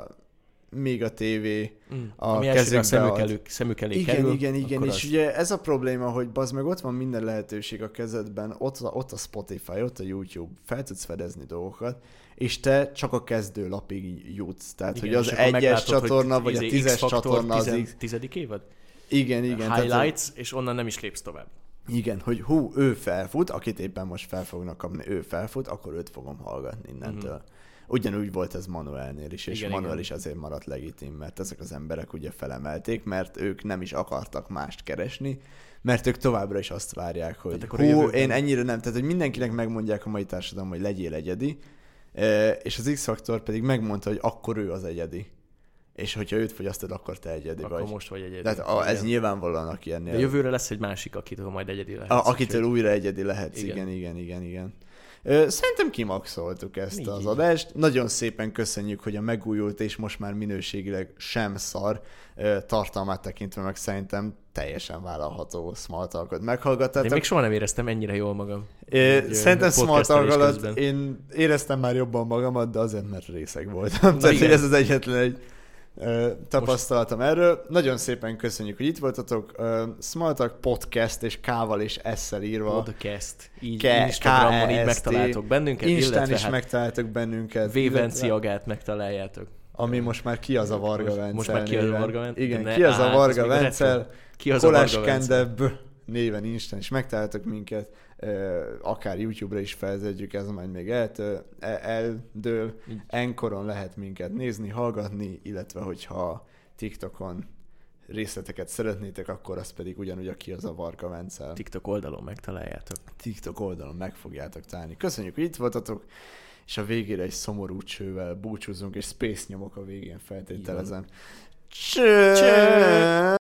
még a tévé a kezükbe ad. Szemük elé kerül. Igen, és ugye ez a probléma, hogy bazd meg ott van minden lehetőség a kezedben, ott a Spotify, ott a YouTube, fel tudsz fedezni dolgokat, és te csak a kezdőlapig jutsz. Tehát, igen, hogy az 1-es csatorna, vagy a 10-es csatorna az X. 10. évad? Igen. Highlights, és onnan nem is lépsz tovább. Igen, hogy ő felfut, akit éppen most fel fognak kapni, ő felfut, akkor őt fogom hallgatni innentől. Ugyanúgy volt ez Manuelnél is, és igen, Manuel is azért maradt legitim, mert ezek az emberek ugye felemelték, mert ők nem is akartak mást keresni, mert ők továbbra is azt várják, hogy én ennyire nem, tehát hogy mindenkinek megmondják a mai társadalom, hogy legyél egyedi, és az X-faktor pedig megmondta, hogy akkor ő az egyedi. És hogyha őt fogyasztod, akkor te egyedi akkor vagy. Most vagy egyedi. Tehát ez nyilvánvalóan aki ennél. De jövőre lesz egy másik, akitől majd egyedi lehetsz. Akitől újra egyedi lehetsz, igen. Szerintem kimaxoltuk ezt Így. az adást. Nagyon szépen köszönjük, hogy a megújult és most már minőségileg sem szar tartalmát tekintve meg szerintem teljesen vállalható Small Talkot meghallgattátok. Én még soha nem éreztem ennyire jól magam. Szerintem Small Talk alatt közben. én éreztem már jobban magamat, de azért, mert részeg voltam. Tehát hogy ez az egyetlen egy tapasztalatom erről. Nagyon szépen köszönjük, hogy itt voltatok. Small Talk Podcast és K-val és S-szel írva. Podcast. Így Instagramon így megtaláltok bennünket. Instán is megtaláltok bennünket. Vévenciagát megtaláljátok. Ami most már ki az a Varga Vencel. Most már ki az a Varga Vencel? Igen, ki az a Varga Vencel. Kolás Kendebb néven Instán is megtaláltok minket. Akár YouTube-ra is felzedjük, ez majd még eldől. Anchoron lehet minket nézni, hallgatni, illetve hogyha TikTokon részleteket szeretnétek, akkor az pedig ugyanúgy a Ki az a Varga Vencel. TikTok oldalon megtaláljátok. TikTok oldalon meg fogjátok találni. Köszönjük, hogy itt voltatok, és a végére egy szomorú csővel búcsúzunk, és Space nyomok a végén, feltételezem. Cső!